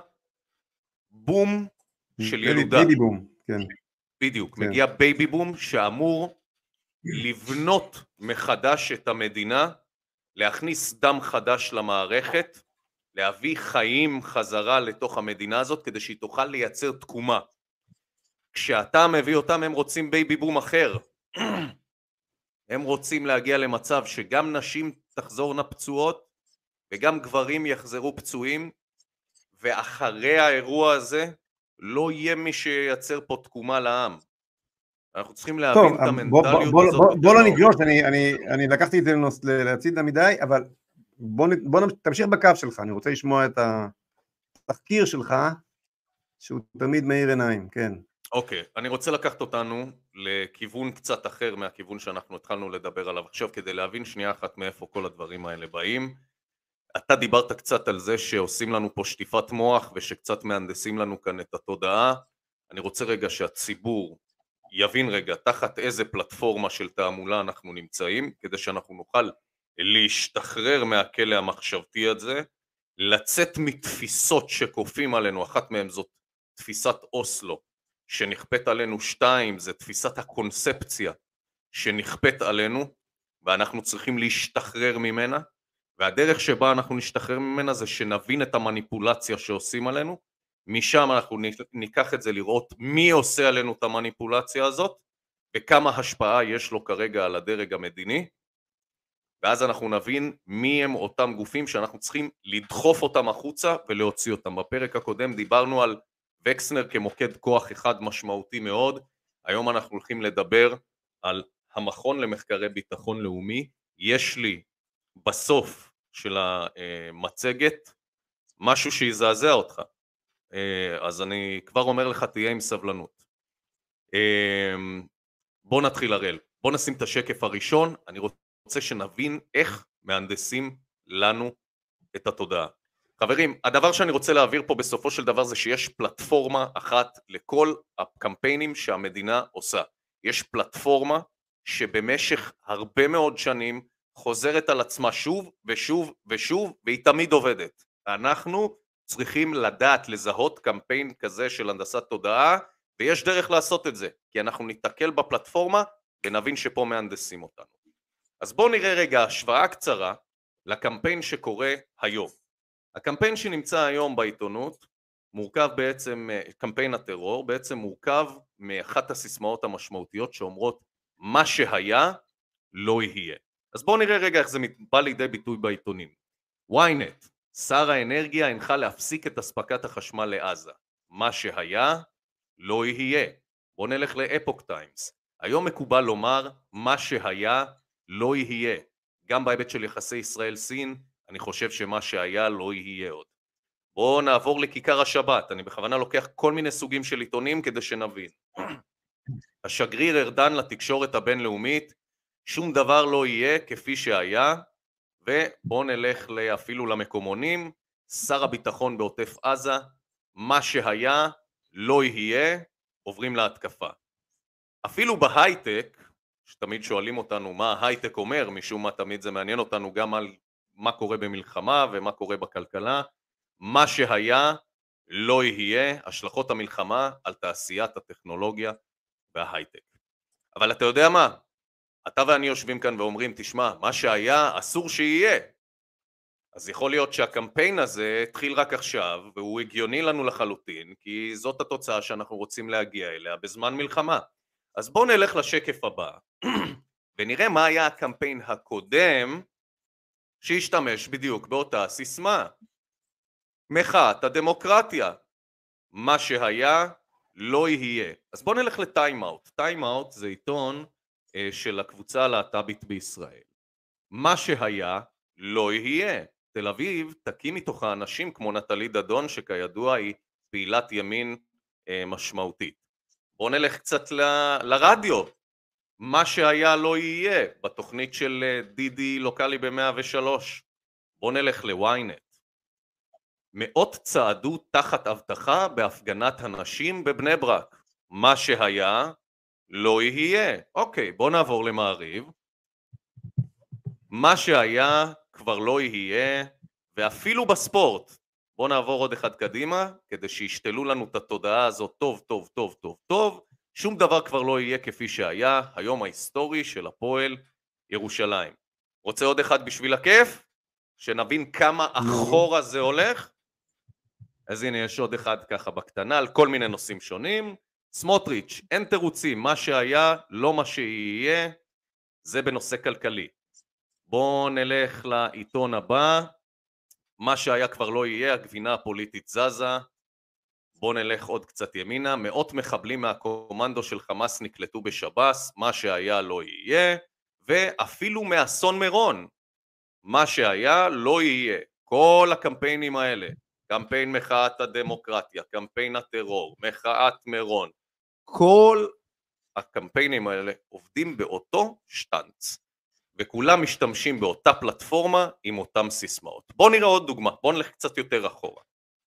בום של ילודה. בייבי בום, כן. בדיוק, מגיע בייבי בום שאמור לבנות מחדש את המדינה, להכניס דם חדש למערכת, להביא חיים חזרה לתוך המדינה הזאת כדי שהיא תוכל לייצר תקומה. כשאתה מביא אותם הם רוצים בייבי בום אחר. הם רוצים להגיע למצב שגם נשים תחזורנה פצועות וגם גברים יחזרו פצועים, ואחרי האירוע הזה לא יהיה מי שייצר פה תקומה לעם. אנחנו צריכים להבין טוב, את המנטליות בוא, הזאת. בוא, בוא לא נגלוש, אני, אני, אני לקחתי את זה להציד מדי, אבל בוא, בוא תמשיך בקו שלך, אני רוצה לשמוע את התחקיר שלך, שהוא תמיד מאיר עיניים, כן. אוקיי, אני רוצה לקחת אותנו לכיוון קצת אחר מהכיוון שאנחנו התחלנו לדבר עליו עכשיו, כדי להבין שנייה אחת מאיפה כל הדברים האלה באים. אתה דיברת קצת על זה שעושים לנו פה שטיפת מוח ושקצת מהנדסים לנו כאן את התודעה. אני רוצה רגע שהציבור יבין רגע תחת איזה פלטפורמה של תעמולה אנחנו נמצאים, כדי שאנחנו נוכל להשתחרר מהכלא המחשבתי הזה, לצאת מתפיסות שכופים עלינו. אחת מהן זאת תפיסת אוסלו שנכפת עלינו, שתיים זה תפיסת הקונספציה שנכפת עלינו ואנחנו צריכים להשתחרר ממנה, והדרך שבה אנחנו נשתחרר ממנה זה שנבין את המניפולציה שעושים עלינו. משם אנחנו ניקח את זה לראות מי עושה עלינו את המניפולציה הזאת וכמה השפעה יש לו כרגע על הדרג המדיני, ואז אנחנו נבין מי הם אותם גופים שאנחנו צריכים לדחוף אותם החוצה ולהוציא אותם. בפרק הקודם דיברנו על וקסנר כמוקד כוח אחד משמעותי מאוד, היום אנחנו הולכים לדבר על המכון למחקרי ביטחון לאומי. יש לי בסוף של המצגת משהו שיזעזע אותך, אז אני כבר אומר לך תהיה עם סבלנות. בוא נתחיל הראל, בוא נשים את השקף הראשון. אני רוצה שנבין איך מהנדסים לנו את התודעה. חברים, הדבר שאני רוצה להעביר פה בסופו של דבר זה שיש פלטפורמה אחת לכל הקמפיינים שהמדינה עושה. יש פלטפורמה שבמשך הרבה מאוד שנים חוזרת על עצמה שוב ושוב ושוב, והיא תמיד עובדת. אנחנו צריכים לדעת לזהות קמפיין כזה של הנדסת תודעה, ויש דרך לעשות את זה, כי אנחנו ניתקל בפלטפורמה ונבין שפה מהנדסים אותנו. אז בואו נראה רגע השוואה קצרה לקמפיין שקורה היום. הקמפיין שנמצא היום בעיתונות מורכב בעצם, קמפיין הטרור בעצם מורכב מאחת הסיסמאות המשמעותיות שאומרות מה שהיה לא יהיה. אז בואו נראה רגע איך זה בא לידי ביטוי בעיתונים. ynet, שר האנרגיה הנחה להפסיק את אספקת החשמל לעזה. מה שהיה לא יהיה. בואו נלך לאפוק טיימס. היום מקובל לומר מה שהיה לא יהיה. גם בהיבט של יחסי ישראל-סין, אני חושב שמה שהיה לא יהיה עוד. בואו נעבור לכיכר השבת. אני בכוונה לוקח כל מיני סוגים של עיתונים כדי שנבין. השגריר ארדן לתקשורת הבינלאומית, שום דבר לא יהיה כפי שהיה, ובואו נלך אפילו למקומונים, שר הביטחון בעוטף עזה, מה שהיה לא יהיה, עוברים להתקפה. אפילו בהייטק, שתמיד שואלים אותנו מה ההייטק אומר, משום מה תמיד זה מעניין אותנו גם על מה קורה במלחמה ומה קורה בכלכלה, מה שהיה לא יהיה, השלכות המלחמה על תעשיית הטכנולוגיה וההייטק. אבל אתה יודע מה? אתה ואני יושבים כאן ואומרים, תשמע, מה שהיה אסור שיהיה. אז יכול להיות שהקמפיין הזה התחיל רק עכשיו, והוא הגיוני לנו לחלוטין, כי זאת התוצאה שאנחנו רוצים להגיע אליה בזמן מלחמה. אז בואו נלך לשקף הבא, ונראה מה היה הקמפיין הקודם, שהשתמש בדיוק באותה סיסמה. מחאת הדמוקרטיה. מה שהיה לא יהיה. אז בואו נלך לטיימאוט. טיימאוט זה עיתון של הקבוצה הלהט"בית בישראל. מה שהיה לא יהיה. תל אביב תקים מתוכה אנשים כמו נטלי דדון, שכידוע היא פעילת ימין משמעותית. בואו נלך קצת ל- לרדיו. מה שהיה לא יהיה, בתוכנית של דידי לוקלי ב-מאה ושלוש. בואו נלך ל-ynet. מאות צעדו תחת הבטחה בהפגנת הנשים בבני ברק. מה שהיה לא יהיה. אוקיי, בואו נעבור למעריב. מה שהיה כבר לא יהיה, ואפילו בספורט. בואו נעבור עוד אחד קדימה, כדי שישתלו לנו את התודעה הזאת טוב, טוב, טוב, טוב, טוב. שום דבר כבר לא יהיה כפי שהיה, היום ההיסטורי של הפועל ירושלים. רוצה עוד אחד בשביל הכיף? שנבין כמה אחורה זה הולך? אז הנה יש עוד אחד ככה בקטנה, על כל מיני נושאים שונים. סמוטריץ', אין תירוצים, מה שהיה, לא מה שיהיה, זה בנושא כלכלי. בואו נלך לעיתון הבא, מה שהיה כבר לא יהיה, הגבינה הפוליטית זזה. בואו נלך עוד קצת ימינה, מאות מחבלים מהקומנדו של חמאס נקלטו בשב"ס, מה שהיה לא יהיה, ואפילו מאסון מירון, מה שהיה לא יהיה. כל הקמפיינים האלה, קמפיין מחאת הדמוקרטיה, קמפיין הטרור, מחאת מירון, כל הקמפיינים האלה עובדים באותו שטנץ, וכולם משתמשים באותה פלטפורמה עם אותם סיסמאות. בואו נראה עוד דוגמה, בואו נלך קצת יותר אחורה.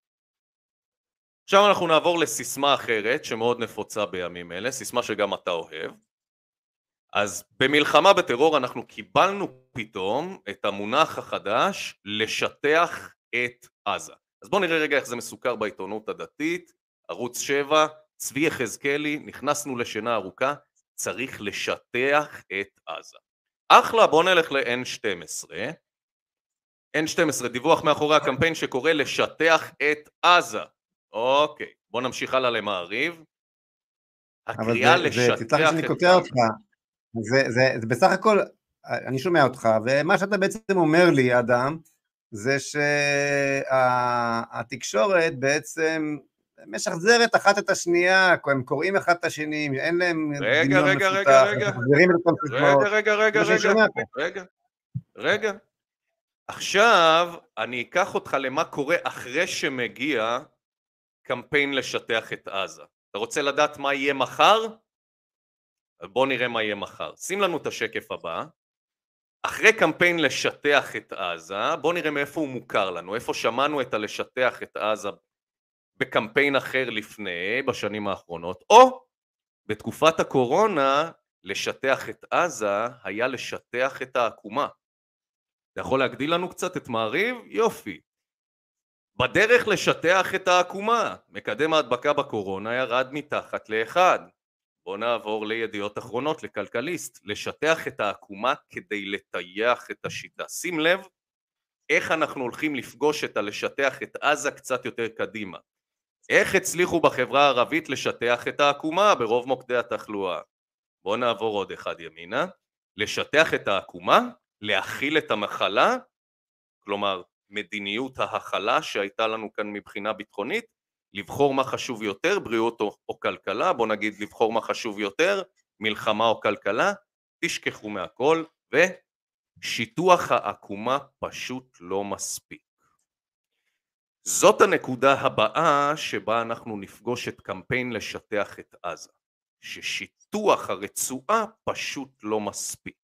עכשיו אנחנו נעבור לסיסמה אחרת שמאוד נפוצה בימים אלה, סיסמה שגם אתה אוהב. אז במלחמה בטרור אנחנו קיבלנו פתאום את המונח החדש לשטח את עזה. אז בואו נראה רגע איך זה מסוכר בעיתונות הדתית, ערוץ שבע, צבי יחזקאלי, נכנסנו לשינה ארוכה, צריך לשטח את עזה. אחלה, בואו נלך ל-אן שתים עשרה. אן שתים עשרה, דיווח מאחורי הקמפיין שקורא לשטח את עזה. אוקיי, בואו נמשיך הלאה למעריב. הקריאה לשטח את תצטרך שאני קוטע אותך. זה, זה, זה בסך הכל, אני שומע אותך, ומה שאתה בעצם אומר לי, אדם, זה שהתקשורת בעצם משחזרת אחת את השנייה, הם קוראים אחד את השני, אין להם דמיון מפותח, רגע, רגע, רגע, רגע, רגע, רגע, רגע, רגע. עכשיו אני אקח אותך למה קורה אחרי שמגיע קמפיין לשטח את עזה. אתה רוצה לדעת מה יהיה מחר? בוא נראה מה יהיה מחר. שים לנו את השקף הבא. אחרי קמפיין לשטח את עזה, בוא נראה מאיפה הוא מוכר לנו, איפה שמענו את הלשטח את עזה בקמפיין אחר לפני, בשנים האחרונות, או בתקופת הקורונה, לשטח את עזה היה לשטח את העקומה. אתה יכול להגדיל לנו קצת את מעריב? יופי. בדרך לשטח את העקומה, מקדם ההדבקה בקורונה ירד מתחת לאחד. בואו נעבור לידיעות אחרונות, לכלכליסט, לשטח את העקומה כדי לטייח את השיטה. שים לב איך אנחנו הולכים לפגוש את הלשטח את עזה קצת יותר קדימה. איך הצליחו בחברה הערבית לשטח את העקומה ברוב מוקדי התחלואה? בואו נעבור עוד אחד ימינה. לשטח את העקומה, להכיל את המחלה, כלומר מדיניות ההכלה שהייתה לנו כאן מבחינה ביטחונית, לבחור מה חשוב יותר, בריאות או, או כלכלה, בוא נגיד לבחור מה חשוב יותר, מלחמה או כלכלה, תשכחו מהכל, ושיטוח העקומה פשוט לא מספיק. זאת הנקודה הבאה שבה אנחנו נפגוש את קמפיין לשטח את עזה, ששיטוח הרצועה פשוט לא מספיק.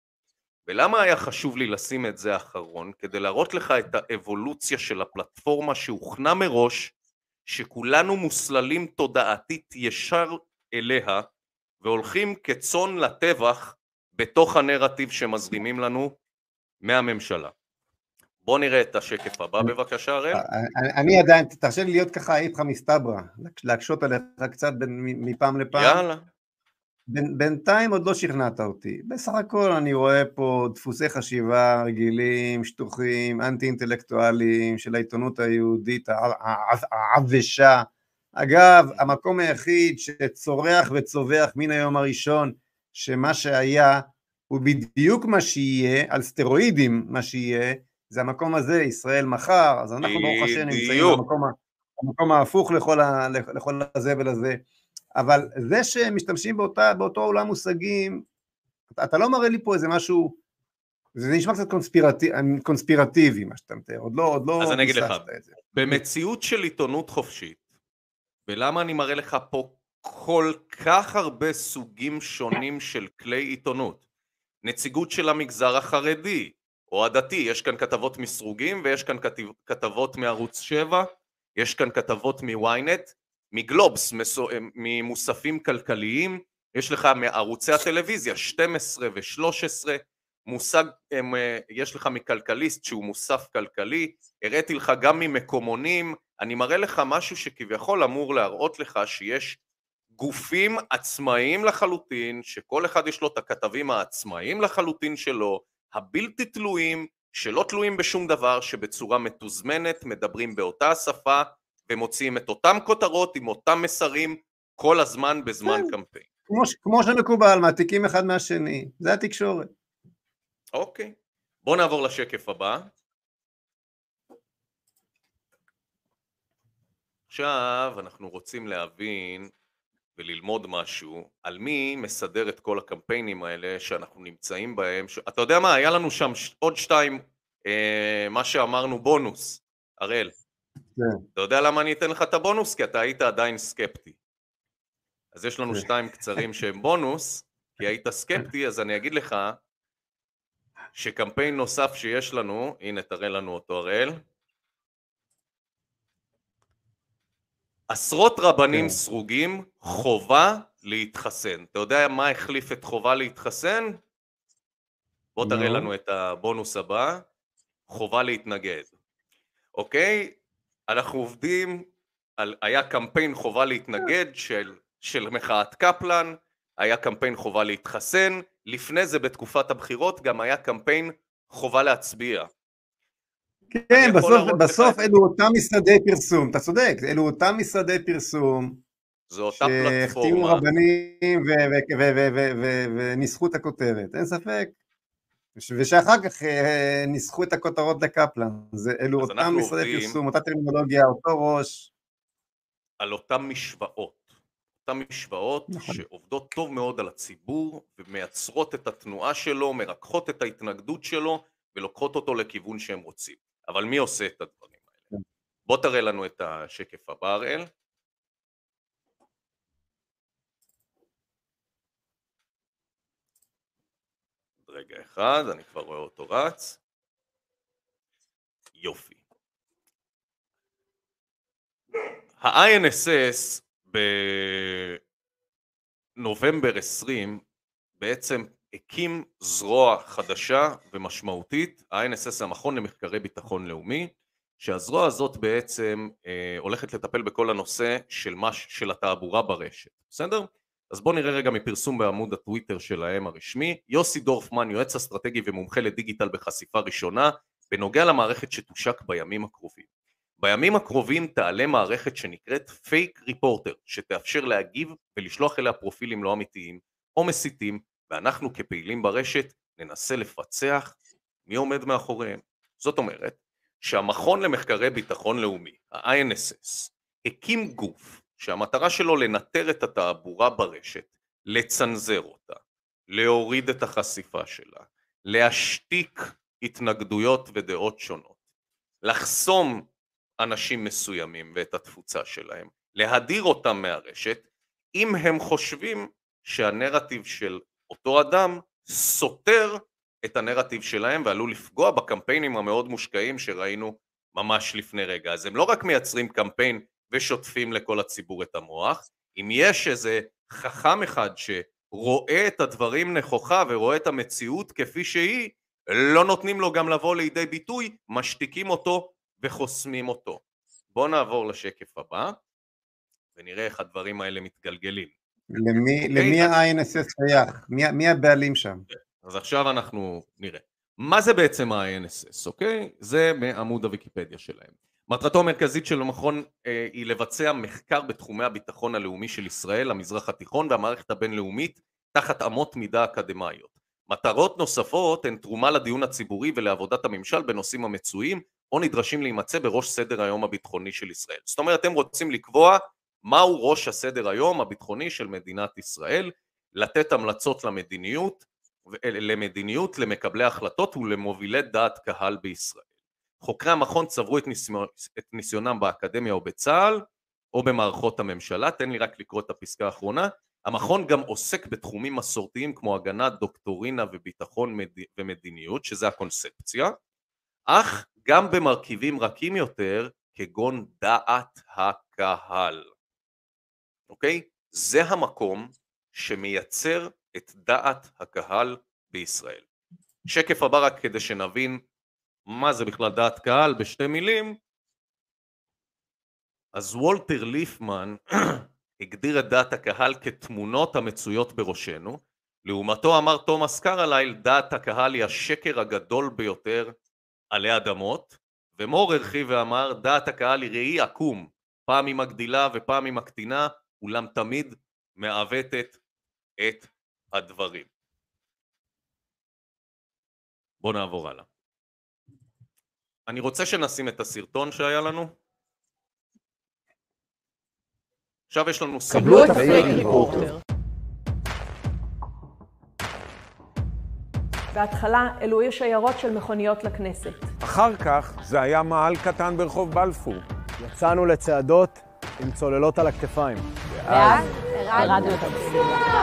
ולמה היה חשוב לי לשים את זה אחרון? כדי להראות לך את האבולוציה של הפלטפורמה שהוכנה מראש, שכולנו מוסללים תודעתית ישר אליה, והולכים כצאן לטבח בתוך הנרטיב שמזרימים לנו מהממשלה. בוא נראה את השקף הבא בבקשה, הראל. אני עדיין, תרשה לי להיות ככה איתך מסתברא, להקשות עליך קצת מפעם לפעם. יאללה. בינתיים עוד לא שכנעת אותי. בסך הכל אני רואה פה דפוסי חשיבה רגילים, שטוחים, אנטי אינטלקטואליים של העיתונות היהודית העבשה. אגב, המקום היחיד שצורח וצובח מן היום הראשון שמה שהיה הוא בדיוק מה שיהיה, על סטרואידים מה שיהיה, זה המקום הזה, ישראל מחר. אז אנחנו ברוך השם נמצאים במקום, במקום ההפוך לכל, ה, לכל הזה ולזה. אבל זה שמשתמשים באותה, באותו עולם מושגים, אתה, אתה לא מראה לי פה איזה משהו, זה נשמע קצת קונספירטיב, קונספירטיבי מה שאתה מתאר, עוד לא, עוד לא אז אני אגיד לך, את זה. במציאות של עיתונות חופשית, ולמה אני מראה לך פה כל כך הרבה סוגים שונים של כלי עיתונות, נציגות של המגזר החרדי או הדתי, יש כאן כתבות מסרוגים ויש כאן כתבות מערוץ שבע, יש כאן כתבות מוויינט, מגלובס, ממוספים כלכליים, יש לך מערוצי הטלוויזיה שתים עשרה ושלוש עשרה, מושג, יש לך מכלכליסט שהוא מוסף כלכלי, הראיתי לך גם ממקומונים, אני מראה לך משהו שכביכול אמור להראות לך שיש גופים עצמאיים לחלוטין, שכל אחד יש לו את הכתבים העצמאיים לחלוטין שלו, הבלתי תלויים, שלא תלויים בשום דבר, שבצורה מתוזמנת מדברים באותה השפה, ומוציאים את אותם כותרות עם אותם מסרים כל הזמן בזמן כן. קמפיין. כמו, כמו שמקובל, מעתיקים אחד מהשני, זה התקשורת. אוקיי, בוא נעבור לשקף הבא. עכשיו אנחנו רוצים להבין וללמוד משהו על מי מסדר את כל הקמפיינים האלה שאנחנו נמצאים בהם. ש... אתה יודע מה, היה לנו שם ש... עוד שתיים, אה, מה שאמרנו בונוס, הראל. כן. אתה יודע למה אני אתן לך את הבונוס? כי אתה היית עדיין סקפטי. אז יש לנו שתיים קצרים שהם בונוס, כי היית סקפטי, אז אני אגיד לך שקמפיין נוסף שיש לנו, הנה תראה לנו אותו הראל, עשרות רבנים כן. סרוגים, חובה להתחסן. אתה יודע מה החליף את חובה להתחסן? בוא תראה נו. לנו את הבונוס הבא, חובה להתנגד. אוקיי? אנחנו עובדים, על, היה קמפיין חובה להתנגד של, של מחאת קפלן, היה קמפיין חובה להתחסן, לפני זה בתקופת הבחירות גם היה קמפיין חובה להצביע. כן, בסוף, בסוף אלו אותם משרדי פרסום, אתה צודק, אלו אותם משרדי פרסום, זו אותה שהחתימו פלטפורמה. רבנים וניסחו את הכותרת, אין ספק, ושאחר כך ניסחו את הכותרות לקפלן, זה אלו אז אותם אנחנו משרדי עובדים פרסום, אותה טרמינולוגיה, אותו ראש. על אותם משוואות, אותם משוואות נכון. שעובדות טוב מאוד על הציבור ומייצרות את התנועה שלו, מרככות את ההתנגדות שלו ולוקחות אותו לכיוון שהם רוצים. אבל מי עושה את הדברים האלה? בוא תראה לנו את השקף הבא, הראל. רגע אחד, אני כבר רואה אותו רץ. יופי. ה-איי אן אס אס בנובמבר עשרים בעצם הקים זרוע חדשה ומשמעותית, ה-איי אן אס אס המכון למחקרי ביטחון לאומי, שהזרוע הזאת בעצם אה, הולכת לטפל בכל הנושא של, מש, של התעבורה ברשת, בסדר? אז בואו נראה רגע מפרסום בעמוד הטוויטר שלהם הרשמי, יוסי דורפמן, יועץ אסטרטגי ומומחה לדיגיטל בחשיפה ראשונה, בנוגע למערכת שתושק בימים הקרובים. בימים הקרובים תעלה מערכת שנקראת פייק ריפורטר, שתאפשר להגיב ולשלוח אליה פרופילים לא אמיתיים או מסיתים, ואנחנו כפעילים ברשת ננסה לפצח מי עומד מאחוריהם. זאת אומרת שהמכון למחקרי ביטחון לאומי, ה-איי אן אס אס, הקים גוף שהמטרה שלו לנטר את התעבורה ברשת, לצנזר אותה, להוריד את החשיפה שלה, להשתיק התנגדויות ודעות שונות, לחסום אנשים מסוימים ואת התפוצה שלהם, להדיר אותם מהרשת, אם הם חושבים שהנרטיב של אותו אדם סותר את הנרטיב שלהם ועלול לפגוע בקמפיינים המאוד מושקעים שראינו ממש לפני רגע. אז הם לא רק מייצרים קמפיין ושוטפים לכל הציבור את המוח, אם יש איזה חכם אחד שרואה את הדברים נכוחה ורואה את המציאות כפי שהיא, לא נותנים לו גם לבוא לידי ביטוי, משתיקים אותו וחוסמים אותו. בואו נעבור לשקף הבא ונראה איך הדברים האלה מתגלגלים. למי, okay, למי אז... ה-איי אן אס אס שייך? מי, מי הבעלים שם? אז עכשיו אנחנו נראה. מה זה בעצם ה-איי אן אס אס, אוקיי? זה מעמוד הוויקיפדיה שלהם. מטרתו המרכזית של המכון אה, היא לבצע מחקר בתחומי הביטחון הלאומי של ישראל, המזרח התיכון והמערכת הבינלאומית, תחת אמות מידה אקדמיות. מטרות נוספות הן תרומה לדיון הציבורי ולעבודת הממשל בנושאים המצויים, או נדרשים להימצא בראש סדר היום הביטחוני של ישראל. זאת אומרת, הם רוצים לקבוע מהו ראש הסדר היום הביטחוני של מדינת ישראל, לתת המלצות למדיניות, למדיניות, למקבלי החלטות ולמובילי דעת קהל בישראל. חוקרי המכון צברו את, ניסיון, את ניסיונם באקדמיה או בצה"ל, או במערכות הממשלה. תן לי רק לקרוא את הפסקה האחרונה. המכון גם עוסק בתחומים מסורתיים כמו הגנה, דוקטורינה וביטחון ומדיניות, שזה הקונספציה, אך גם במרכיבים רכים יותר, כגון דעת הקהל. אוקיי? זה המקום שמייצר את דעת הקהל בישראל. שקף הבא רק כדי שנבין מה זה בכלל דעת קהל בשתי מילים. אז וולטר ליפמן הגדיר את דעת הקהל כתמונות המצויות בראשנו, לעומתו אמר תומאס קרלייל, דעת הקהל היא השקר הגדול ביותר עלי אדמות, ומור הרחיב ואמר, דעת הקהל היא ראי עקום, פעם היא מגדילה ופעם היא מקטינה, אולם תמיד מעוותת את הדברים. בואו נעבור הלאה. אני רוצה שנשים את הסרטון שהיה לנו. עכשיו יש לנו סרטון. קבלו את הפייק ריפורטר. בהתחלה אלו יש שיירות של מכוניות לכנסת. אחר כך זה היה מעל קטן ברחוב בלפור. יצאנו לצעדות עם צוללות על הכתפיים. ואז הרדנו את הבסיסה.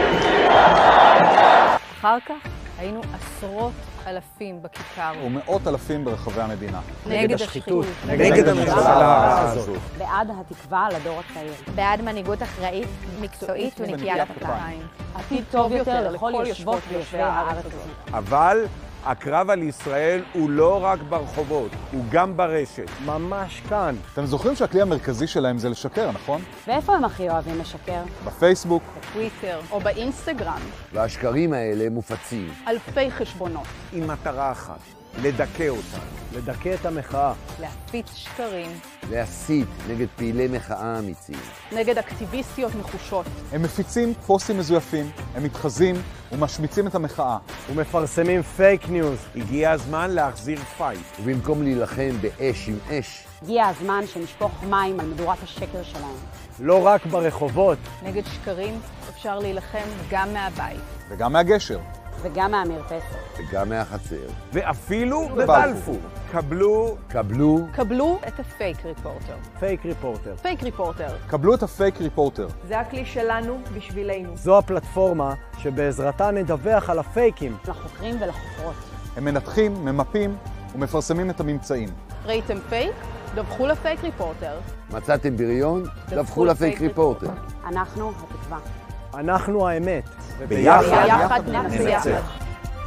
אחר כך היינו עשרות אלפים בכיכר. ומאות אלפים ברחבי המדינה. נגד השחיתות. נגד הממשלה הזאת. בעד התקווה לדור הצעיר. בעד מנהיגות אחראית, מקצועית ונקיית כפיים. עתיד טוב יותר לכל יושבות ויושבי הארץ הזאת. אבל הקרב על ישראל הוא לא רק ברחובות, הוא גם ברשת. ממש כאן. אתם זוכרים שהכלי המרכזי שלהם זה לשקר, נכון? ואיפה הם הכי אוהבים לשקר? בפייסבוק, בטוויטר או באינסטגרם. והשקרים האלה מופצים. אלפי חשבונות. עם מטרה אחת, לדכא אותה. לדכא את המחאה. להפיץ שקרים. להסית נגד פעילי מחאה אמיצים. נגד אקטיביסטיות נחושות. הם מפיצים פוסטים מזויפים, הם מתחזים ומשמיצים את המחאה. ומפרסמים פייק ניוז. הגיע הזמן להחזיר פייט. ובמקום להילחם באש עם אש, הגיע הזמן שנשפוך מים על מדורת השקר שלהם. לא רק ברחובות. נגד שקרים אפשר להילחם גם מהבית. וגם מהגשר. וגם מהמרפסת. וגם מהחצר. ואפילו בבלפור. קבלו, קבלו, קבלו את הפייק ריפורטר. פייק ריפורטר. פייק ריפורטר. קבלו את הפייק ריפורטר. זה הכלי שלנו בשבילנו. זו הפלטפורמה שבעזרתה נדווח על הפייקים. לחוקרים ולחוקרות. הם מנתחים, ממפים ומפרסמים את הממצאים. ראיתם פייק? דווחו לפייק ריפורטר. מצאתם בריון? דווחו לפייק ריפורטר. אנחנו התקווה. אנחנו האמת. ביחד ננצח.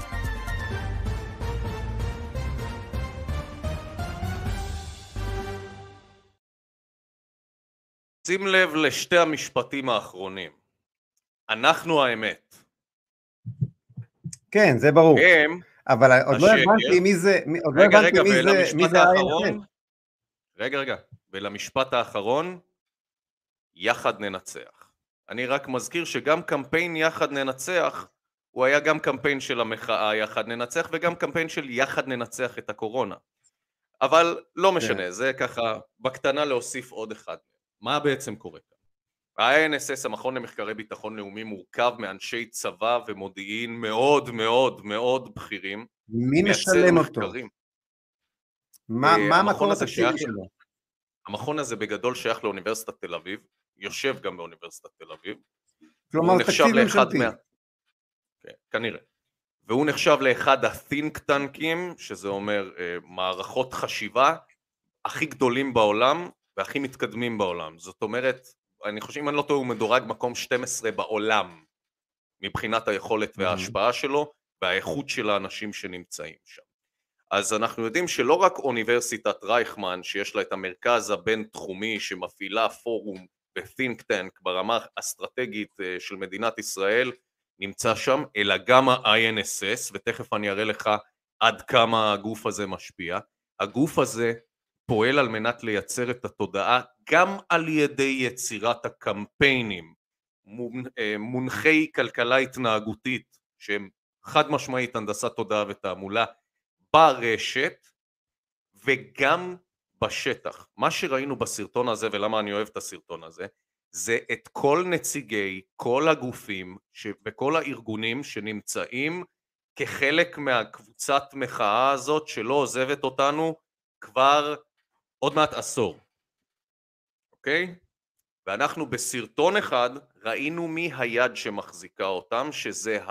שים לב לשתי המשפטים האחרונים. אנחנו האמת. כן, זה ברור. הם, אבל עוד לא הבנתי מי זה, עוד לא הבנתי מי זה, מי זה ה-איי אן אס. רגע, רגע, ולמשפט האחרון, יחד ננצח. אני רק מזכיר שגם קמפיין יחד ננצח, הוא היה גם קמפיין של המחאה יחד ננצח, וגם קמפיין של יחד ננצח את הקורונה. אבל לא משנה, זה ככה בקטנה להוסיף עוד אחד. מה בעצם קורה כאן? ה-איי אן אס אס, המכון למחקרי ביטחון לאומי, מורכב מאנשי צבא ומודיעין מאוד מאוד מאוד בכירים. מי משלם אותו? מה, מה המקור התקציבי שלו? המכון הזה בגדול שייך לאוניברסיטת תל אביב, יושב גם באוניברסיטת תל אביב. כלומר תקציב ממשלתי. מה... כן, כנראה. והוא נחשב לאחד ה-think tanks, שזה אומר uh, מערכות חשיבה הכי גדולים בעולם והכי מתקדמים בעולם. זאת אומרת, אני חושב אם אני לא טועה, הוא מדורג מקום שתים עשרה בעולם, מבחינת היכולת וההשפעה שלו, והאיכות של האנשים שנמצאים שם. אז אנחנו יודעים שלא רק אוניברסיטת רייכמן, שיש לה את המרכז הבין-תחומי שמפעילה פורום ו-think tank ברמה האסטרטגית של מדינת ישראל, נמצא שם, אלא גם ה-איי אן אס אס, ותכף אני אראה לך עד כמה הגוף הזה משפיע. הגוף הזה פועל על מנת לייצר את התודעה גם על ידי יצירת הקמפיינים, מונחי כלכלה התנהגותית, שהם חד משמעית הנדסת תודעה ותעמולה, ברשת וגם בשטח. מה שראינו בסרטון הזה, ולמה אני אוהב את הסרטון הזה, זה את כל נציגי, כל הגופים וכל הארגונים שנמצאים כחלק מהקבוצת מחאה הזאת שלא עוזבת אותנו כבר עוד מעט עשור. אוקיי? ואנחנו בסרטון אחד ראינו מי היד שמחזיקה אותם, שזה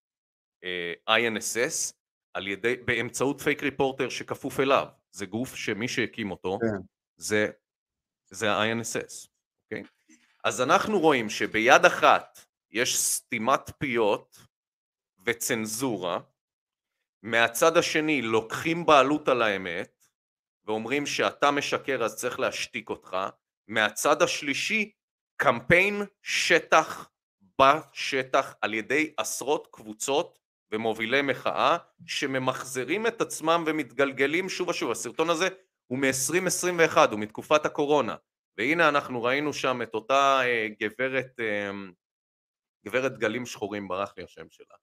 ה-איי אן אס אס, על ידי, באמצעות פייק ריפורטר שכפוף אליו. זה גוף שמי שהקים אותו, yeah. זה, זה ה-איי אן אס אס. אוקיי? אז אנחנו רואים שביד אחת יש סתימת פיות וצנזורה, מהצד השני לוקחים בעלות על האמת, ואומרים שאתה משקר אז צריך להשתיק אותך, מהצד השלישי קמפיין שטח בשטח על ידי עשרות קבוצות ומובילי מחאה שממחזרים את עצמם ומתגלגלים שוב ושוב. הסרטון הזה הוא מ-עשרים עשרים ואחת, הוא מתקופת הקורונה, והנה אנחנו ראינו שם את אותה אה, גברת, אה, גברת גלים שחורים, ברח לי השם שלה.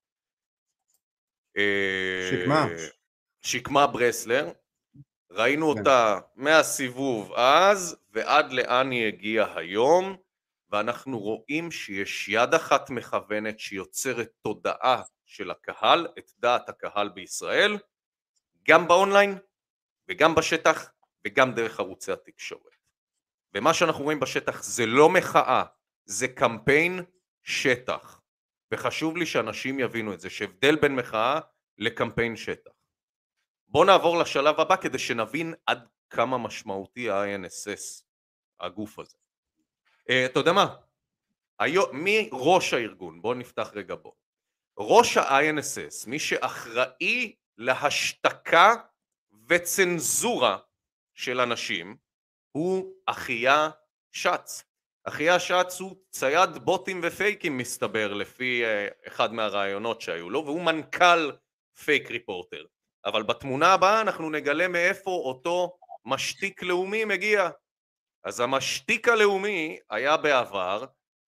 אה, שקמה. שקמה ברסלר. ראינו אותה מהסיבוב אז ועד לאן היא הגיעה היום, ואנחנו רואים שיש יד אחת מכוונת שיוצרת תודעה של הקהל, את דעת הקהל בישראל, גם באונליין וגם בשטח וגם דרך ערוצי התקשורת. ומה שאנחנו רואים בשטח זה לא מחאה, זה קמפיין שטח. וחשוב לי שאנשים יבינו את זה, שהבדל בין מחאה לקמפיין שטח. בואו נעבור לשלב הבא כדי שנבין עד כמה משמעותי ה-איי אן אס אס, הגוף הזה. Uh, אתה יודע מה? היו, מי ראש הארגון? בואו נפתח רגע בו. ראש ה-איי אן אס אס, מי שאחראי להשתקה וצנזורה של אנשים, הוא אחיה שץ. אחיה שץ הוא צייד בוטים ופייקים מסתבר, לפי uh, אחד מהרעיונות שהיו לו, והוא מנכ"ל פייק ריפורטר. אבל בתמונה הבאה אנחנו נגלה מאיפה אותו משתיק לאומי מגיע. אז המשתיק הלאומי היה בעבר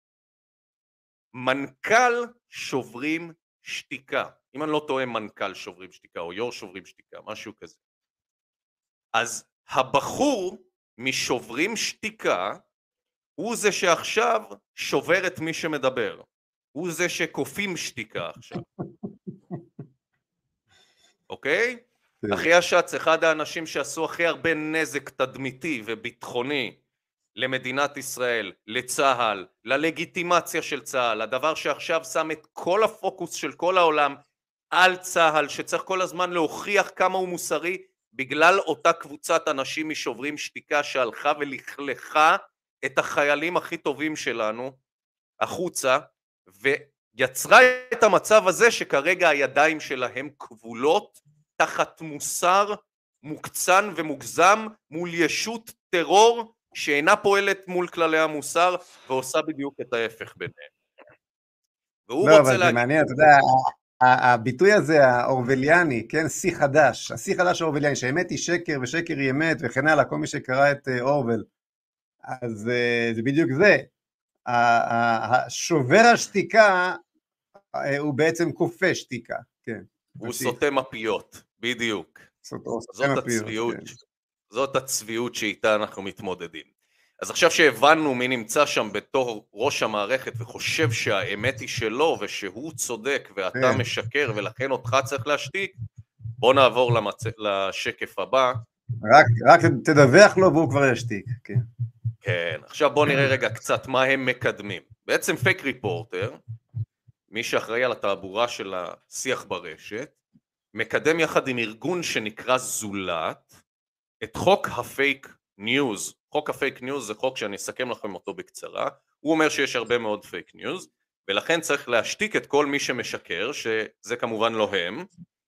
מנכ"ל שוברים שתיקה. אם אני לא טועה, מנכ"ל שוברים שתיקה או יו"ר שוברים שתיקה, משהו כזה. אז הבחור משוברים שתיקה הוא זה שעכשיו שובר את מי שמדבר. הוא זה שקופים שתיקה עכשיו. אוקיי? אחי השץ, אחד האנשים שעשו הכי הרבה נזק תדמיתי וביטחוני למדינת ישראל, לצהל, ללגיטימציה של צהל, הדבר שעכשיו שם את כל הפוקוס של כל העולם על צהל, שצריך כל הזמן להוכיח כמה הוא מוסרי, בגלל אותה קבוצת אנשים משוברים שתיקה שהלכה ולכלכה את החיילים הכי טובים שלנו החוצה, ויצרה את המצב הזה שכרגע הידיים שלהם כבולות תחת מוסר מוקצן ומוגזם מול ישות טרור שאינה פועלת מול כללי המוסר ועושה בדיוק את ההפך ביניהם. והוא לא, רוצה אבל להגיד... זה מעניין, אתה יודע, הביטוי הזה, האורווליאני, כן, שיא חדש, השיא חדש האורווליאני, שהאמת היא שקר ושקר היא אמת וכן הלאה, כל מי שקרא את אורוול, אז זה בדיוק זה. שובר השתיקה הוא בעצם כופה שתיקה, כן. הוא סותם הפיות, בדיוק. זאת הצביעות, זאת הצביעות שאיתה אנחנו מתמודדים. אז עכשיו שהבנו מי נמצא שם בתור ראש המערכת וחושב שהאמת היא שלו ושהוא צודק ואתה משקר ולכן אותך צריך להשתיק, בוא נעבור למצ... לשקף הבא. רק, רק תדווח לו והוא כבר ישתיק. כן. כן, עכשיו בוא נראה רגע קצת מה הם מקדמים. בעצם פייק ריפורטר, מי שאחראי על התעבורה של השיח ברשת, מקדם יחד עם ארגון שנקרא זולת את חוק הפייק ניוז. חוק הפייק ניוז זה חוק שאני אסכם לכם אותו בקצרה. הוא אומר שיש הרבה מאוד פייק ניוז, ולכן צריך להשתיק את כל מי שמשקר, שזה כמובן לא הם.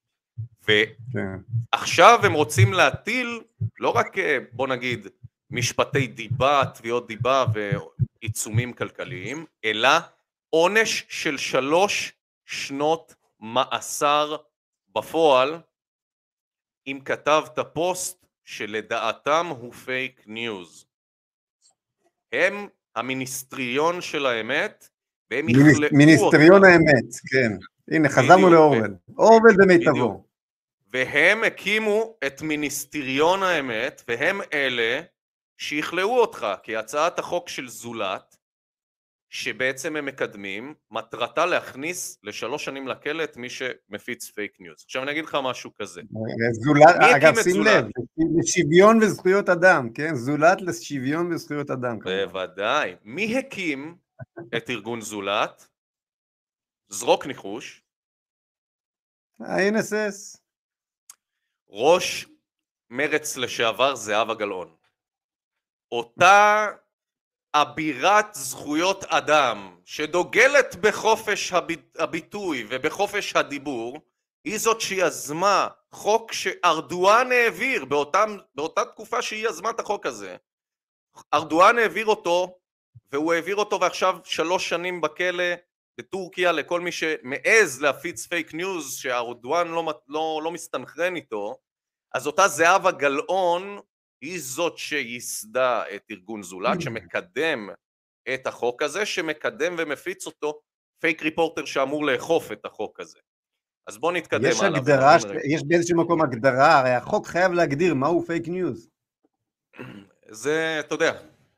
ועכשיו הם רוצים להטיל לא רק, בוא נגיד, משפטי דיבה, תביעות דיבה ועיצומים כלכליים, אלא עונש של שלוש שנות מאסר בפועל, אם כתבת פוסט שלדעתם הוא פייק ניוז. הם המיניסטריון של האמת, והם יכלאו אותם. מיניסטריון האמת, כן. הנה, חזרנו לאורוול. אורוול במיטבו. והם הקימו את מיניסטריון האמת, והם אלה שיכלאו אותך, כי הצעת החוק של זולת, שבעצם הם מקדמים, מטרתה להכניס לשלוש שנים לכלא את מי שמפיץ פייק ניוז. עכשיו אני אגיד לך משהו כזה. זולת, אגב, שים לב, לשוויון וזכויות אדם, כן? זולת לשוויון וזכויות אדם. בוודאי. מי הקים את ארגון זולת? זרוק ניחוש. ה-אן אס אס. ראש מרץ לשעבר זהבה גלאון. אותה אבירת זכויות אדם שדוגלת בחופש הביטוי ובחופש הדיבור, היא זאת שיזמה חוק שארדואן העביר באותם, באותה תקופה שהיא יזמה את החוק הזה. ארדואן העביר אותו, והוא העביר אותו ועכשיו שלוש שנים בכלא בטורקיה לכל מי שמעז להפיץ פייק ניוז שארדואן לא, לא, לא מסתנכרן איתו. אז אותה זהבה גלאון היא זאת שיסדה את ארגון זולת, שמקדם את החוק הזה, שמקדם ומפיץ אותו פייק ריפורטר שאמור לאכוף את החוק הזה. אז בואו נתקדם יש עליו. הגדרה, יש באיזשהו מקום הגדרה, הרי החוק חייב להגדיר מהו פייק ניוז. זה, אתה יודע,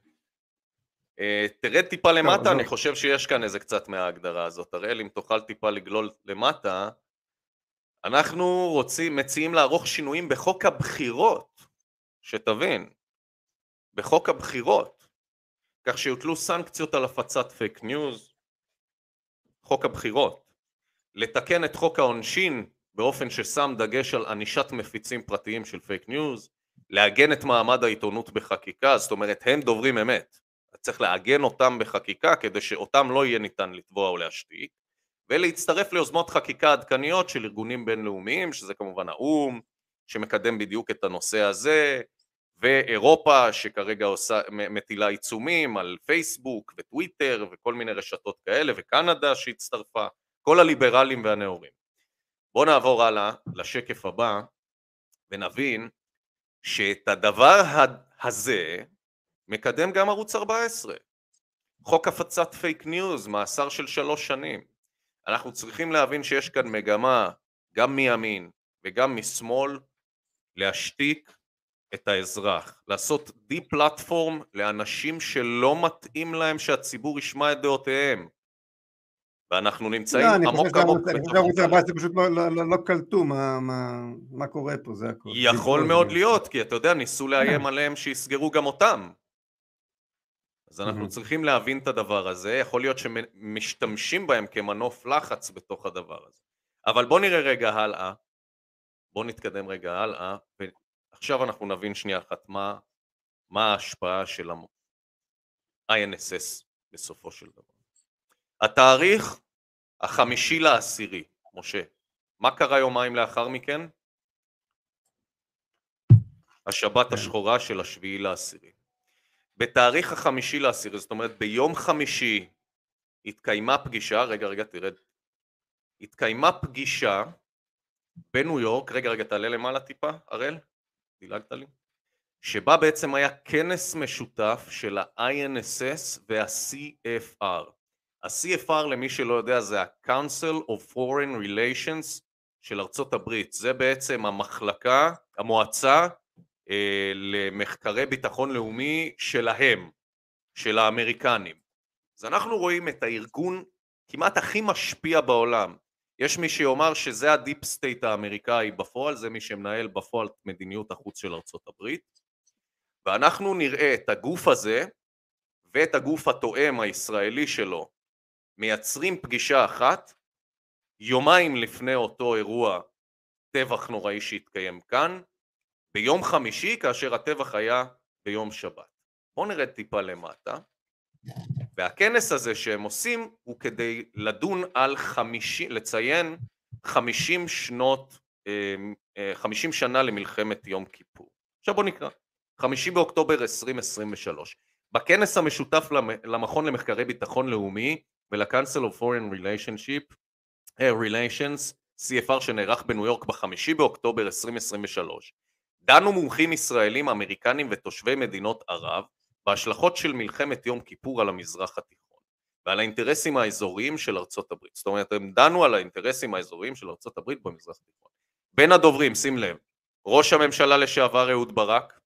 תרד טיפה למטה, אני חושב שיש כאן איזה קצת מההגדרה הזאת. הראל, אם תוכל טיפה לגלול למטה, אנחנו רוצים, מציעים לערוך שינויים בחוק הבחירות, שתבין, בחוק הבחירות, כך שיוטלו סנקציות על הפצת פייק ניוז, חוק הבחירות, לתקן את חוק העונשין באופן ששם דגש על ענישת מפיצים פרטיים של פייק ניוז, לעגן את מעמד העיתונות בחקיקה, זאת אומרת הם דוברים אמת, צריך לעגן אותם בחקיקה כדי שאותם לא יהיה ניתן לתבוע או להשתיק, ולהצטרף ליוזמות חקיקה עדכניות של ארגונים בינלאומיים, שזה כמובן האו"ם, שמקדם בדיוק את הנושא הזה, ואירופה שכרגע עושה, מטילה עיצומים על פייסבוק וטוויטר וכל מיני רשתות כאלה, וקנדה שהצטרפה, כל הליברלים והנאורים. בואו נעבור הלאה לשקף הבא, ונבין שאת הדבר הזה מקדם גם ערוץ ארבע עשרה. חוק הפצת פייק ניוז, מאסר של שלוש שנים. אנחנו צריכים להבין שיש כאן מגמה, גם מימין וגם משמאל, להשתיק את האזרח, לעשות די פלטפורם לאנשים שלא מתאים להם שהציבור ישמע את דעותיהם. ואנחנו נמצאים עמוק עמוק. אני חושב שערוץ ארבע עשרה פשוט לא קלטו מה קורה פה, זה הכל. יכול מאוד להיות, כי אתה יודע, ניסו לאיים עליהם שיסגרו גם אותם. אז אנחנו צריכים להבין את הדבר הזה, יכול להיות שמשתמשים בהם כמנוף לחץ בתוך הדבר הזה. אבל בוא נראה רגע הלאה, בוא נתקדם רגע הלאה, ועכשיו אנחנו נבין שנייה אחת מה, מה ההשפעה של ה-איי אן אס אס בסופו של דבר. התאריך החמישי לעשירי, משה, מה קרה יומיים לאחר מכן? השבת השחורה של השביעי לעשירי. בתאריך החמישי לעשירי, זאת אומרת ביום חמישי התקיימה פגישה, רגע רגע תרד התקיימה פגישה בניו יורק, רגע רגע תעלה למעלה טיפה, אראל, דילגת לי, שבה בעצם היה כנס משותף של ה-איי אן אס אס וה-סי אף אר. ה-סי אף אר למי שלא יודע זה ה-Council of Foreign Relations של ארצות הברית, זה בעצם המחלקה, המועצה אה, למחקרי ביטחון לאומי שלהם, של האמריקנים. אז אנחנו רואים את הארגון כמעט הכי משפיע בעולם. יש מי שיאמר שזה הדיפ סטייט האמריקאי בפועל, זה מי שמנהל בפועל את מדיניות החוץ של ארצות הברית, ואנחנו נראה את הגוף הזה ואת הגוף התואם הישראלי שלו מייצרים פגישה אחת יומיים לפני אותו אירוע טבח נוראי שהתקיים כאן ביום חמישי, כאשר הטבח היה ביום שבת. בואו נרד טיפה למטה, והכנס הזה שהם עושים הוא כדי לדון על חמישים, לציין חמישים שנות, חמישים שנה למלחמת יום כיפור. עכשיו בואו נקרא, חמישי באוקטובר עשרים עשרים ושלוש, בכנס המשותף למכון למחקרי ביטחון לאומי ול-Council of Foreign Relationship, Relations, סי אף אר שנערך בניו יורק בחמישי באוקטובר עשרים עשרים ושלוש, דנו מומחים ישראלים, אמריקנים ותושבי מדינות ערב בהשלכות של מלחמת יום כיפור על המזרח התיכון ועל האינטרסים האזוריים של ארצות הברית. זאת אומרת, הם דנו על האינטרסים האזוריים של ארצות הברית במזרח התיכון. בין הדוברים, שים לב, ראש הממשלה לשעבר אהוד ברק,